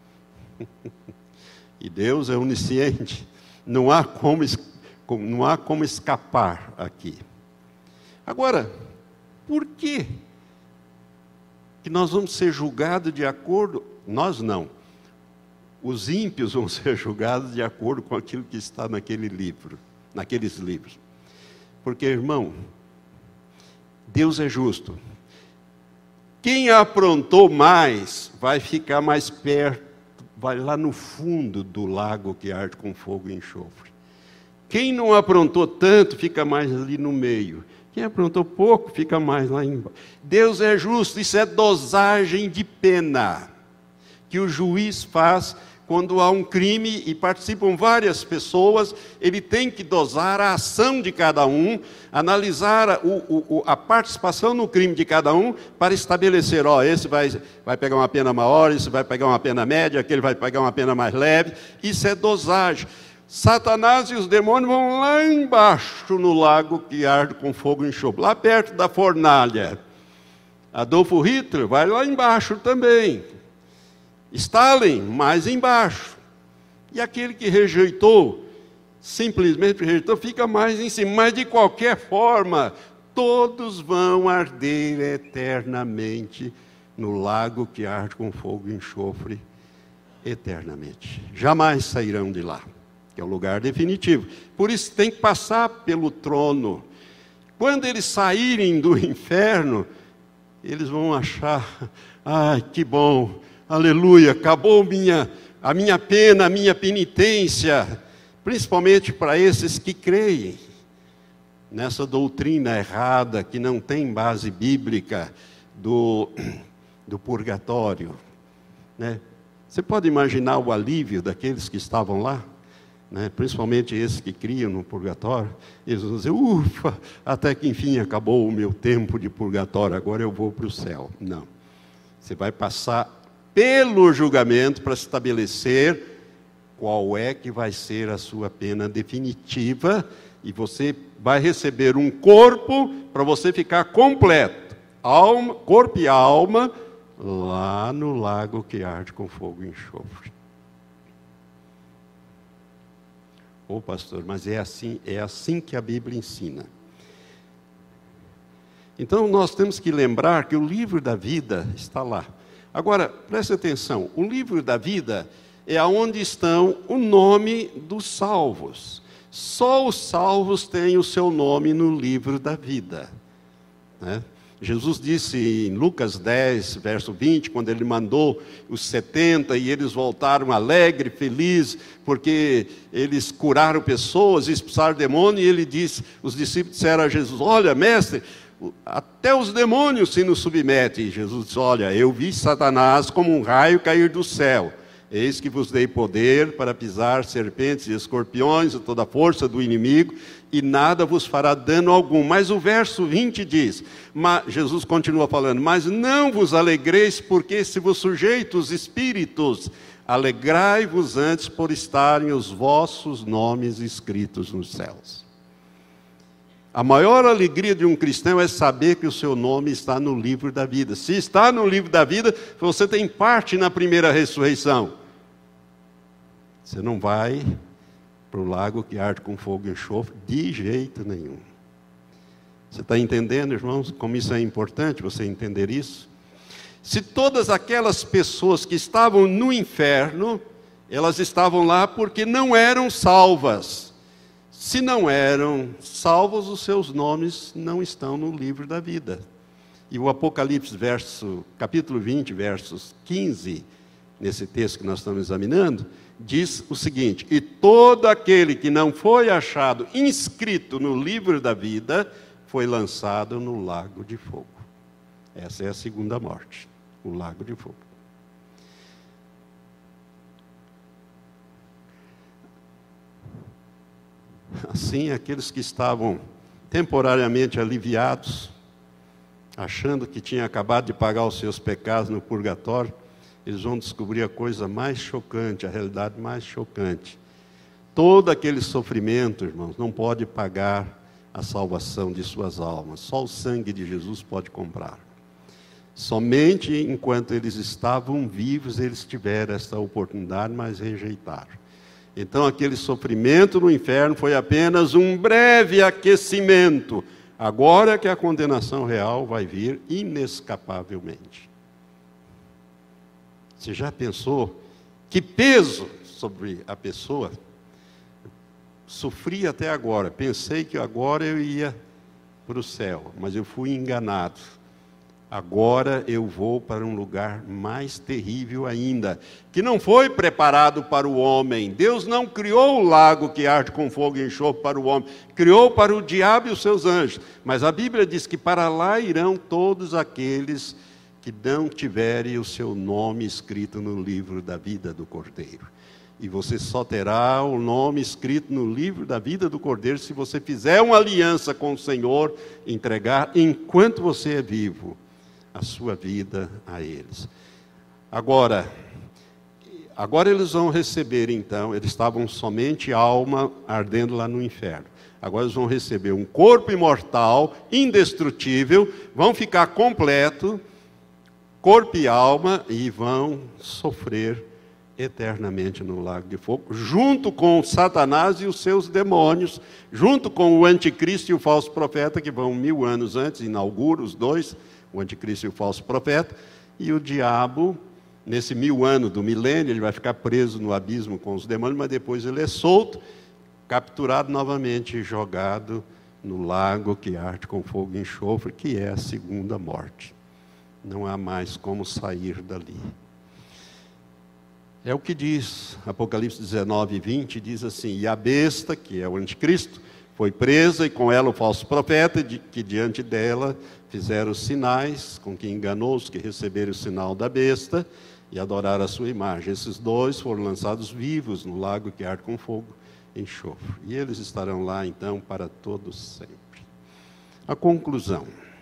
E Deus é onisciente, não há como, não há como escapar aqui. Agora, por que que nós vamos ser julgados de acordo... Nós não. Os ímpios vão ser julgados de acordo com aquilo que está naquele livro, naqueles livros. Porque, irmão, Deus é justo. Quem aprontou mais vai ficar mais perto, vai lá no fundo do lago que arde com fogo e enxofre. Quem não aprontou tanto fica mais ali no meio. Quem aprontou pouco fica mais lá embaixo. Deus é justo, isso é dosagem de pena que o juiz faz quando há um crime e participam várias pessoas. Ele tem que dosar a ação de cada um, analisar o, o, a participação no crime de cada um, para estabelecer, ó, esse vai, vai pegar uma pena maior, esse vai pegar uma pena média, aquele vai pegar uma pena mais leve. Isso é dosagem. Satanás e os demônios vão lá embaixo no lago que arde com fogo e enxofre, lá perto da fornalha. Adolfo Hitler vai lá embaixo também. Stalin, mais embaixo. E aquele que rejeitou, simplesmente rejeitou, fica mais em cima. Mas de qualquer forma, todos vão arder eternamente no lago que arde com fogo e enxofre eternamente. Jamais sairão de lá, que é o lugar definitivo. Por isso tem que passar pelo trono. Quando eles saírem do inferno, eles vão achar, ai, que bom, aleluia, acabou minha, a minha pena, a minha penitência, principalmente para esses que creem nessa doutrina errada, que não tem base bíblica do, do purgatório, né? Você pode imaginar o alívio daqueles que estavam lá, né? Principalmente esses que criam no purgatório. Eles vão dizer, ufa, até que enfim acabou o meu tempo de purgatório, agora eu vou para o céu. Não, você vai passar pelo julgamento para estabelecer qual é que vai ser a sua pena definitiva, e você vai receber um corpo para você ficar completo, alma, corpo e alma, lá no lago que arde com fogo e enxofre. Ô pastor, mas é assim, é assim que a Bíblia ensina. Então nós temos que lembrar que o livro da vida está lá. Agora, preste atenção, o livro da vida é onde estão o nome dos salvos. Só os salvos têm o seu nome no livro da vida, né? Jesus disse em Lucas dez, verso vinte, quando ele mandou os setenta e eles voltaram alegres, felizes, porque eles curaram pessoas, expulsaram demônios, e ele disse, os discípulos disseram a Jesus, olha, mestre, até os demônios se nos submetem. E Jesus disse, olha, eu vi Satanás como um raio cair do céu. Eis que vos dei poder para pisar serpentes e escorpiões e toda a força do inimigo, e nada vos fará dano algum. Mas o verso vinte diz, mas, Jesus continua falando, mas não vos alegreis, porque se vos sujeitam os espíritos, alegrai-vos antes por estarem os vossos nomes escritos nos céus. A maior alegria de um cristão é saber que o seu nome está no livro da vida. Se está no livro da vida, você tem parte na primeira ressurreição. Você não vai para o lago que arde com fogo e enxofre de jeito nenhum. Você está entendendo, irmãos, como isso é importante, você entender isso? Se todas aquelas pessoas que estavam no inferno, elas estavam lá porque não eram salvas. Se não eram salvos, os seus nomes não estão no livro da vida. E o Apocalipse, verso, capítulo vinte, versos quinze, nesse texto que nós estamos examinando, diz o seguinte, e todo aquele que não foi achado inscrito no livro da vida, foi lançado no lago de fogo. Essa é a segunda morte, o lago de fogo. Assim, aqueles que estavam temporariamente aliviados, achando que tinham acabado de pagar os seus pecados no purgatório, eles vão descobrir a coisa mais chocante, a realidade mais chocante. Todo aquele sofrimento, irmãos, não pode pagar a salvação de suas almas. Só o sangue de Jesus pode comprar. Somente enquanto eles estavam vivos, eles tiveram essa oportunidade, mas rejeitaram. Então, aquele sofrimento no inferno foi apenas um breve aquecimento. Agora que a condenação real vai vir inescapavelmente. Você já pensou que peso sobre a pessoa? Sofri até agora, pensei que agora eu ia para o céu, mas eu fui enganado. Agora eu vou para um lugar mais terrível ainda, que não foi preparado para o homem. Deus não criou o lago que arde com fogo e enxofre para o homem, criou para o diabo e os seus anjos. Mas a Bíblia diz que para lá irão todos aqueles que não tiverem o seu nome escrito no livro da vida do Cordeiro. E você só terá o nome escrito no livro da vida do Cordeiro se você fizer uma aliança com o Senhor, entregar enquanto você é vivo a sua vida a eles. Agora, agora eles vão receber então, eles estavam somente alma ardendo lá no inferno. Agora eles vão receber um corpo imortal, indestrutível, vão ficar completo, corpo e alma, e vão sofrer eternamente no lago de fogo, junto com Satanás e os seus demônios, junto com o anticristo e o falso profeta, que vão mil anos antes, inaugura os dois, o anticristo e o falso profeta, e o diabo, nesse mil anos do milênio, ele vai ficar preso no abismo com os demônios, mas depois ele é solto, capturado novamente e jogado no lago que arde com fogo e enxofre, que é a segunda morte. Não há mais como sair dali. É o que diz Apocalipse dezenove, vinte, diz assim: e a besta, que é o anticristo, foi presa, e com ela o falso profeta, que diante dela fizeram sinais, com que enganou os que receberam o sinal da besta e adoraram a sua imagem. Esses dois foram lançados vivos no lago que arde com fogo e enxofre. E eles estarão lá, então, para todo sempre. A conclusão.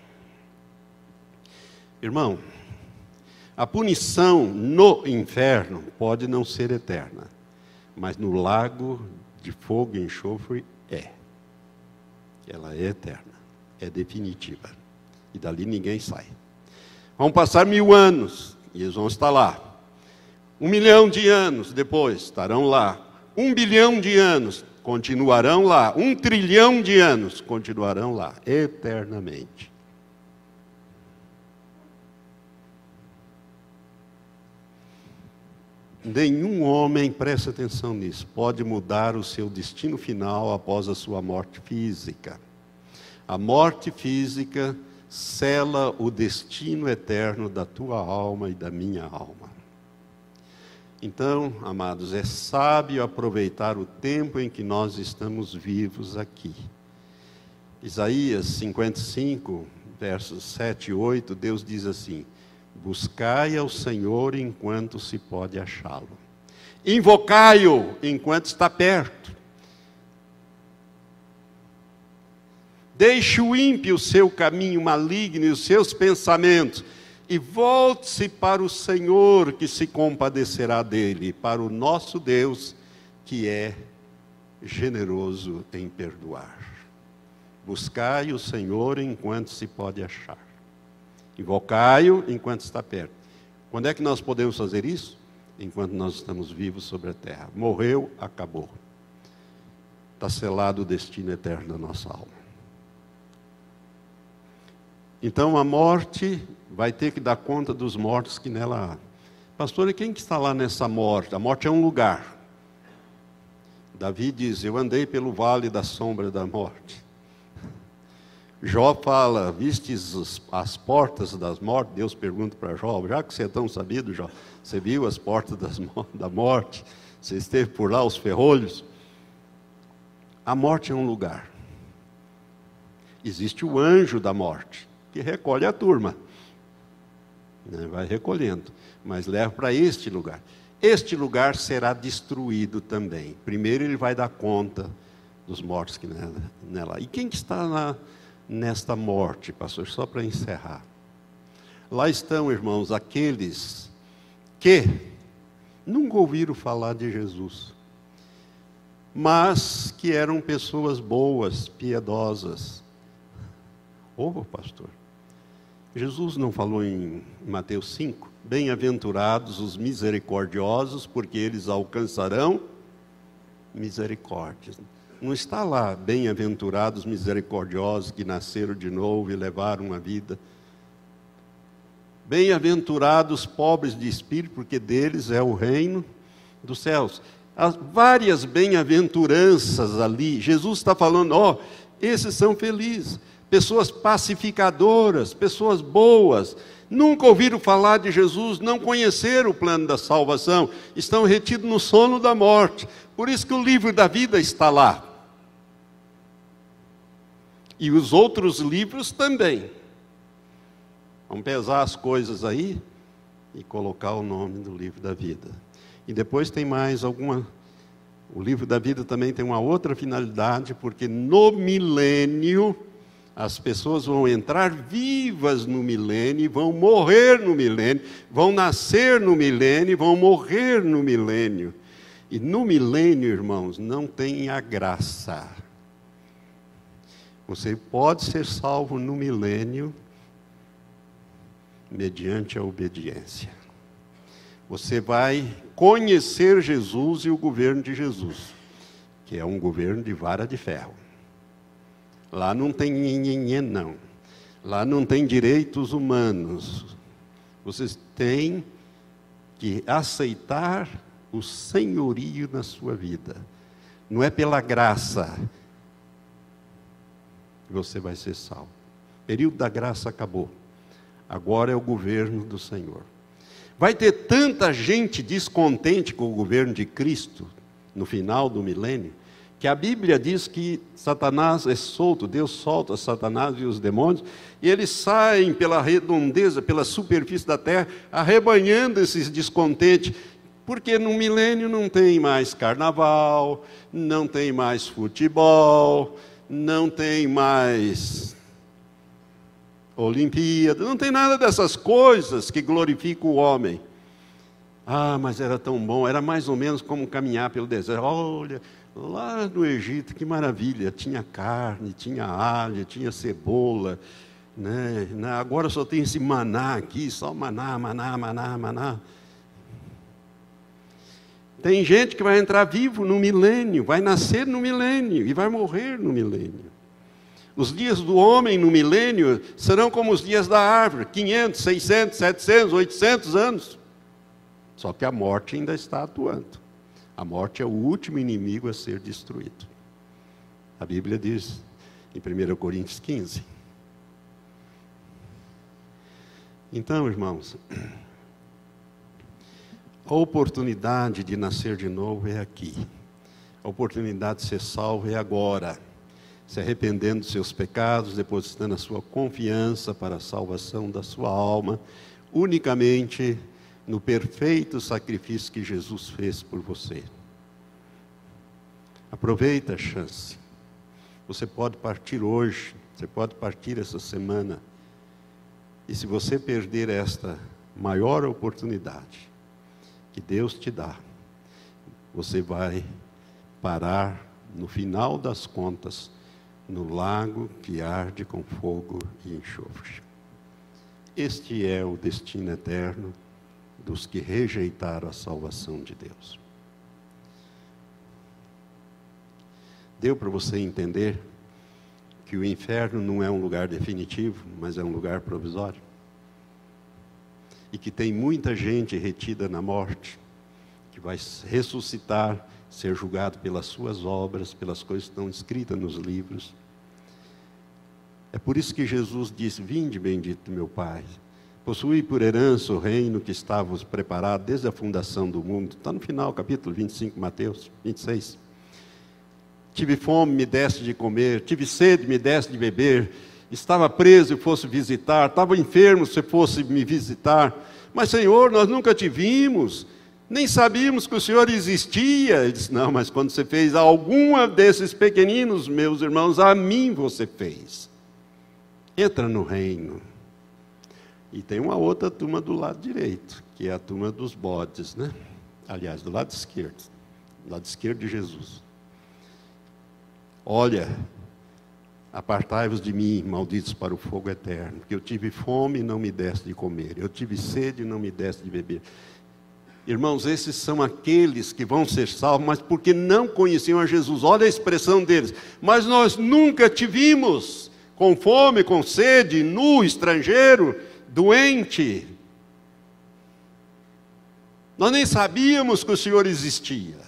Irmão, a punição no inferno pode não ser eterna, mas no lago de fogo e enxofre é. Ela é eterna, é definitiva. E dali ninguém sai. Vão passar mil anos e eles vão estar lá. Um milhão de anos depois estarão lá. Um bilhão de anos continuarão lá. Um trilhão de anos continuarão lá, eternamente. Nenhum homem, preste atenção nisso, pode mudar o seu destino final após a sua morte física. A morte física sela o destino eterno da tua alma e da minha alma. Então, amados, é sábio aproveitar o tempo em que nós estamos vivos aqui. Isaías cinquenta e cinco, versos sete e oito, Deus diz assim: buscai ao Senhor enquanto se pode achá-lo. Invocai-o enquanto está perto. Deixe o ímpio o seu caminho maligno e os seus pensamentos, e volte-se para o Senhor, que se compadecerá dele, para o nosso Deus, que é generoso em perdoar. Buscai o Senhor enquanto se pode achar. Invocai-o enquanto está perto. Quando é que nós podemos fazer isso? Enquanto nós estamos vivos sobre a terra. Morreu, acabou. Está selado o destino eterno da nossa alma. Então a morte vai ter que dar conta dos mortos que nela há. Pastor, e quem que está lá nessa morte? A morte é um lugar. Davi diz: eu andei pelo vale da sombra da morte. Jó fala: vistes as portas das mortes? Deus pergunta para Jó: já que você é tão sabido, Jó, você viu as portas das, da morte? Você esteve por lá, os ferrolhos? A morte é um lugar. Existe o anjo da morte, que recolhe a turma, né? Vai recolhendo, mas leva para este lugar. Este lugar será destruído também. Primeiro ele vai dar conta dos mortos que nela, nela. E quem que está na, nesta morte, pastor? Só para encerrar. Lá estão, irmãos, aqueles que nunca ouviram falar de Jesus, mas que eram pessoas boas, piedosas. Ô, pastor, Jesus não falou em Mateus cinco? Bem-aventurados os misericordiosos, porque eles alcançarão misericórdia. Não está lá, bem-aventurados misericordiosos que nasceram de novo e levaram a vida. Bem-aventurados pobres de espírito, porque deles é o reino dos céus. As várias bem-aventuranças ali, Jesus está falando: ó, esses são felizes. Pessoas pacificadoras, pessoas boas, nunca ouviram falar de Jesus, não conheceram o plano da salvação, estão retidos no sono da morte. Por isso que o livro da vida está lá. E os outros livros também. Vamos pesar as coisas aí e colocar o nome do livro da vida. E depois tem mais alguma... O livro da vida também tem uma outra finalidade, porque no milênio... as pessoas vão entrar vivas no milênio, vão morrer no milênio, vão nascer no milênio, vão morrer no milênio. E no milênio, irmãos, não tem a graça. Você pode ser salvo no milênio mediante a obediência. Você vai conhecer Jesus e o governo de Jesus, que é um governo de vara de ferro. Lá não tem nhenhenhê, não. Lá não tem direitos humanos. Vocês têm que aceitar o senhorio na sua vida. Não é pela graça que você vai ser salvo. O período da graça acabou. Agora é o governo do Senhor. Vai ter tanta gente descontente com o governo de Cristo no final do milênio, que a Bíblia diz que Satanás é solto, Deus solta Satanás e os demônios, e eles saem pela redondeza, pela superfície da terra, arrebanhando esses descontentes, porque no milênio não tem mais carnaval, não tem mais futebol, não tem mais Olimpíada, não tem nada dessas coisas que glorificam o homem. Ah, mas era tão bom, era mais ou menos como caminhar pelo deserto. Olha, lá no Egito, que maravilha, tinha carne, tinha alho, tinha cebola, né? Agora só tem esse maná aqui, só maná, maná, maná, maná. Tem gente que vai entrar vivo no milênio, vai nascer no milênio e vai morrer no milênio. Os dias do homem no milênio serão como os dias da árvore, quinhentos, seiscentos, setecentos, oitocentos anos. Só que a morte ainda está atuando. A morte é o último inimigo a ser destruído. A Bíblia diz em primeira Coríntios quinze. Então, irmãos, a oportunidade de nascer de novo é aqui. A oportunidade de ser salvo é agora. Se arrependendo dos seus pecados, depositando a sua confiança para a salvação da sua alma, unicamente no perfeito sacrifício que Jesus fez por você. Aproveita a chance. Você pode partir hoje, você pode partir essa semana. E se você perder esta maior oportunidade que Deus te dá, você vai parar no final das contas no lago que arde com fogo e enxofre. Este é o destino eterno dos que rejeitaram a salvação de Deus. Deu para você entender que o inferno não é um lugar definitivo, mas é um lugar provisório? E que tem muita gente retida na morte, que vai ressuscitar, ser julgado pelas suas obras, pelas coisas que estão escritas nos livros. É por isso que Jesus disse: vinde, bendito meu Pai, possui por herança o reino que estávamos preparado desde a fundação do mundo. Está no final, capítulo vinte e cinco, Mateus vinte e seis. Tive fome, me deste de comer, tive sede, me deste de beber, estava preso e fosse visitar, estava enfermo, se fosse me visitar. Mas, Senhor, nós nunca te vimos, nem sabíamos que o Senhor existia. Ele disse: não, mas quando você fez a alguma desses pequeninos, meus irmãos, a mim você fez. Entra no reino. E tem uma outra turma do lado direito, que é a turma dos bodes, né? Aliás, do lado esquerdo, do lado esquerdo de Jesus. Olha, apartai-vos de mim, malditos para o fogo eterno, porque eu tive fome e não me deste de comer, eu tive sede e não me deste de beber. Irmãos, esses são aqueles que vão ser salvos, mas porque não conheciam a Jesus. Olha a expressão deles: mas nós nunca te vimos com fome, com sede, nu, estrangeiro, doente. Nós nem sabíamos que o Senhor existia.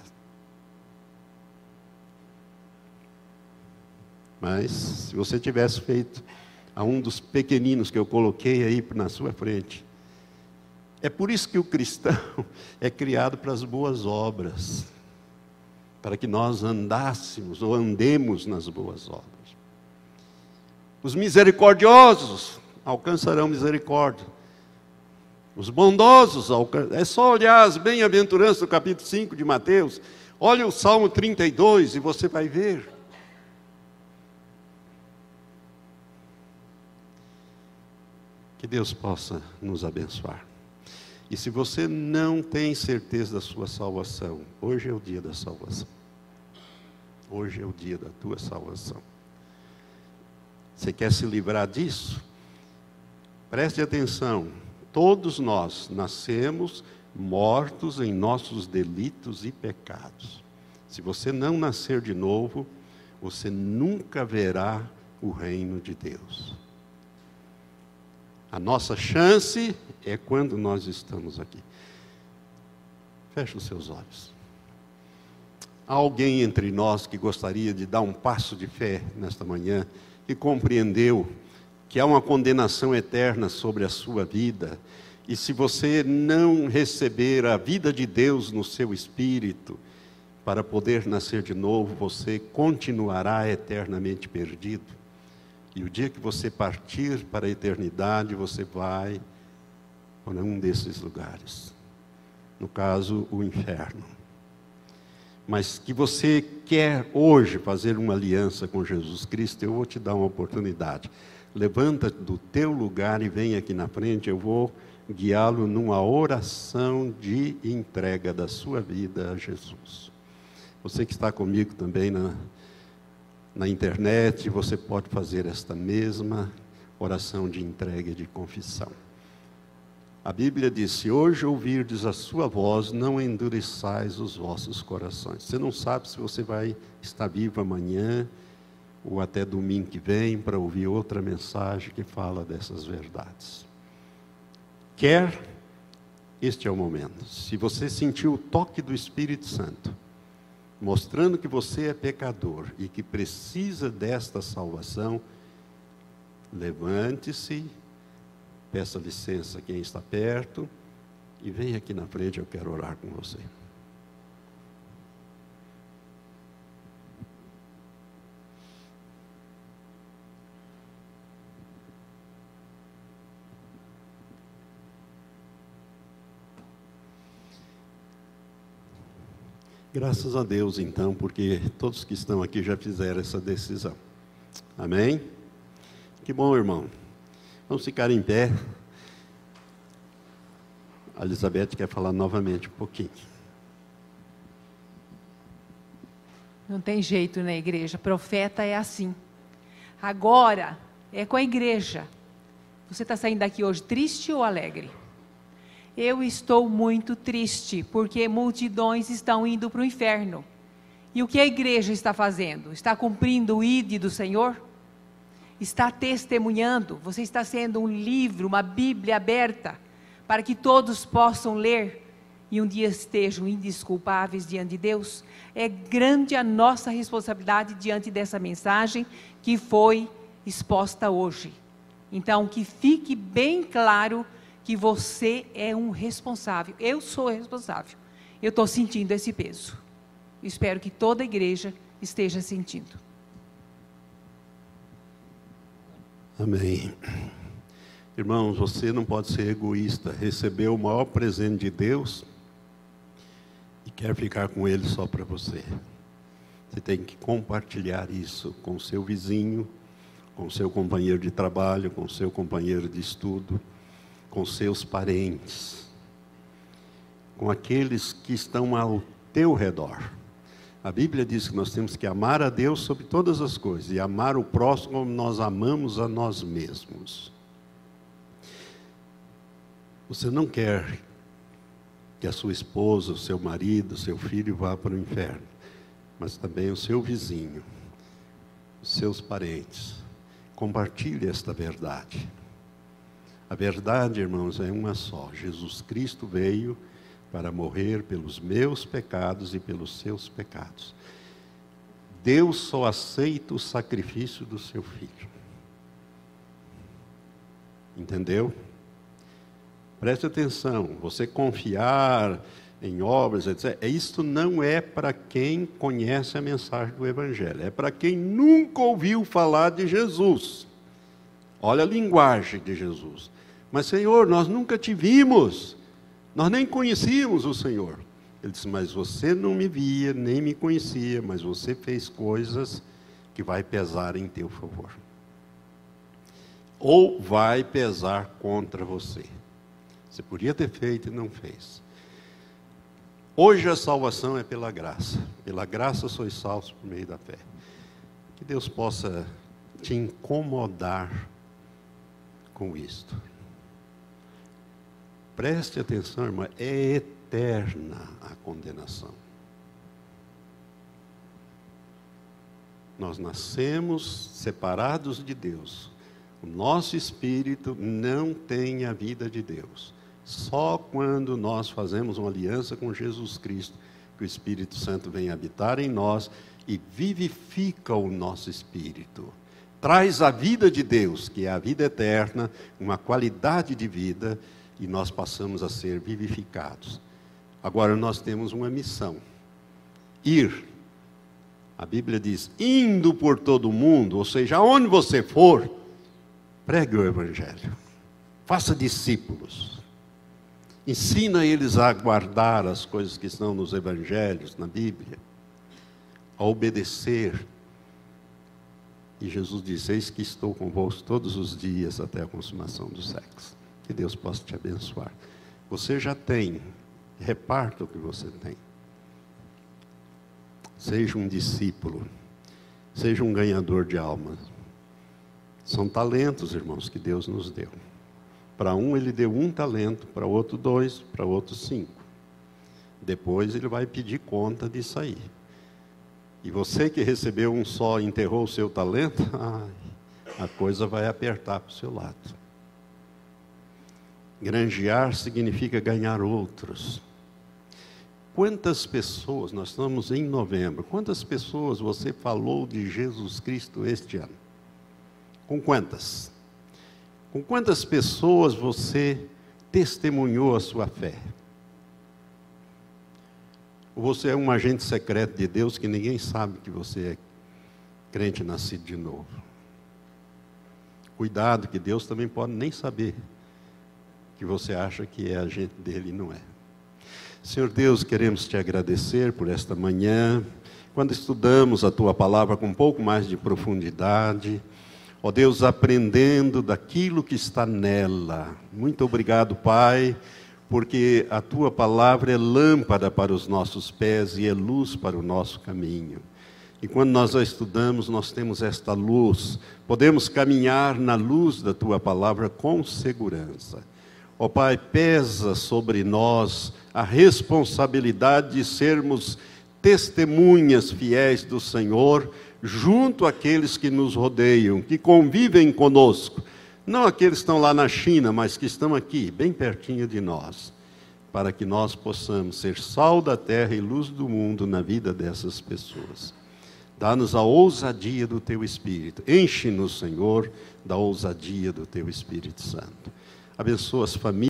Mas, se você tivesse feito a um dos pequeninos que eu coloquei aí na sua frente, é por isso que o cristão é criado para as boas obras, para que nós andássemos ou andemos nas boas obras. Os misericordiosos alcançarão misericórdia. Os bondosos alcançarão. É só olhar as bem-aventuranças do capítulo cinco de Mateus. Olha o Salmo trinta e dois e você vai ver. Que Deus possa nos abençoar. E se você não tem certeza da sua salvação, hoje é o dia da salvação. Hoje é o dia da tua salvação. Você quer se livrar disso? Preste atenção. Todos nós nascemos mortos em nossos delitos e pecados. Se você não nascer de novo, você nunca verá o reino de Deus. A nossa chance é quando nós estamos aqui. Feche os seus olhos. Há alguém entre nós que gostaria de dar um passo de fé nesta manhã, que compreendeu que há uma condenação eterna sobre a sua vida E se você não receber a vida de Deus no seu espírito, para poder nascer de novo, você continuará eternamente perdido. E o dia que você partir para a eternidade, você vai para um desses lugares. No caso, o inferno. Mas que você quer hoje fazer uma aliança com Jesus Cristo, eu vou te dar uma oportunidade. Levanta do teu lugar e vem aqui na frente, eu vou guiá-lo numa oração de entrega da sua vida a Jesus. Você que está comigo também na, na internet, você pode fazer esta mesma oração de entrega e de confissão. A Bíblia diz: se hoje ouvirdes a sua voz, não endureçais os vossos corações. Você não sabe se você vai estar vivo amanhã, ou até domingo que vem, para ouvir outra mensagem que fala dessas verdades. Quer, este é o momento. Se você sentiu o toque do Espírito Santo, mostrando que você é pecador e que precisa desta salvação, levante-se, peça licença a quem está perto e venha aqui na frente, eu quero orar com você. Graças a Deus, então, porque todos que estão aqui já fizeram essa decisão. Amém? Que bom, irmão. Vamos ficar em pé. A Elizabeth quer falar novamente um pouquinho. Não tem jeito, né, igreja? Profeta é assim. Agora, é com a igreja. Você está saindo daqui hoje triste ou alegre? Eu estou muito triste, porque multidões estão indo para o inferno. E o que a igreja está fazendo? Está cumprindo o ide do Senhor? Está testemunhando? Você está sendo um livro, uma Bíblia aberta, para que todos possam ler e um dia estejam indesculpáveis diante de Deus? É grande a nossa responsabilidade diante dessa mensagem que foi exposta hoje. Então, que fique bem claro que você é um responsável. Eu sou responsável. Eu estou sentindo esse peso. Espero que toda a igreja esteja sentindo. Amém. Irmãos, você não pode ser egoísta. Recebeu o maior presente de Deus e quer ficar com ele só para você. Você tem que compartilhar isso com o seu vizinho, com o seu companheiro de trabalho, com o seu companheiro de estudo, com seus parentes, com aqueles que estão ao teu redor. A Bíblia diz que nós temos que amar a Deus sobre todas as coisas e amar o próximo como nós amamos a nós mesmos. Você não quer que a sua esposa, o seu marido, o seu filho vá para o inferno, mas também o seu vizinho, os seus parentes. Compartilhe esta verdade. A verdade, irmãos, é uma só. Jesus Cristo veio para morrer pelos meus pecados e pelos seus pecados. Deus só aceita o sacrifício do seu Filho. Entendeu? Preste atenção. Você confiar em obras, etcétera. Isto não é para quem conhece a mensagem do Evangelho. É para quem nunca ouviu falar de Jesus. Olha a linguagem de Jesus. Mas, Senhor, nós nunca te vimos, nós nem conhecíamos o Senhor. Ele disse: mas você não me via, nem me conhecia, mas você fez coisas que vai pesar em teu favor. Ou vai pesar contra você. Você podia ter feito e não fez. Hoje a salvação é pela graça. Pela graça sois salvos por meio da fé. Que Deus possa te incomodar com isto. Preste atenção, irmã, é eterna a condenação. Nós nascemos separados de Deus. O nosso espírito não tem a vida de Deus. Só quando nós fazemos uma aliança com Jesus Cristo, que o Espírito Santo vem habitar em nós e vivifica o nosso espírito. Traz a vida de Deus, que é a vida eterna, uma qualidade de vida e nós passamos a ser vivificados. Agora nós temos uma missão: ir. A Bíblia diz, indo por todo o mundo, ou seja, aonde você for, pregue o Evangelho, faça discípulos, ensina eles a guardar as coisas que estão nos Evangelhos, na Bíblia, a obedecer. E Jesus diz, eis que estou convosco todos os dias até a consumação dos séculos. Que Deus possa te abençoar. Você já tem, reparta o que você tem. Seja um discípulo, seja um ganhador de almas. São talentos, irmãos, que Deus nos deu. Para um ele deu um talento, para outro dois, para outro cinco. Depois ele vai pedir conta disso aí. E você que recebeu um só e enterrou o seu talento, ai, a coisa vai apertar para o seu lado. Granjear significa ganhar outros. Quantas pessoas, nós estamos em novembro, quantas pessoas você falou de Jesus Cristo este ano? Com quantas? Com quantas pessoas você testemunhou a sua fé? Ou você é um agente secreto de Deus que ninguém sabe que você é crente nascido de novo? Cuidado, que Deus também pode nem saber que você acha que é agente dele e não é. Senhor Deus, queremos te agradecer por esta manhã, quando estudamos a tua palavra com um pouco mais de profundidade, ó Deus, aprendendo daquilo que está nela. Muito obrigado, Pai, porque a tua palavra é lâmpada para os nossos pés e é luz para o nosso caminho. E quando nós a estudamos, nós temos esta luz, podemos caminhar na luz da tua palavra com segurança. Ó Pai, pesa sobre nós a responsabilidade de sermos testemunhas fiéis do Senhor, junto àqueles que nos rodeiam, que convivem conosco, não aqueles que estão lá na China, mas que estão aqui, bem pertinho de nós, para que nós possamos ser sal da terra e luz do mundo na vida dessas pessoas. Dá-nos a ousadia do Teu Espírito, enche-nos, Senhor, da ousadia do Teu Espírito Santo. Abençoa as famílias.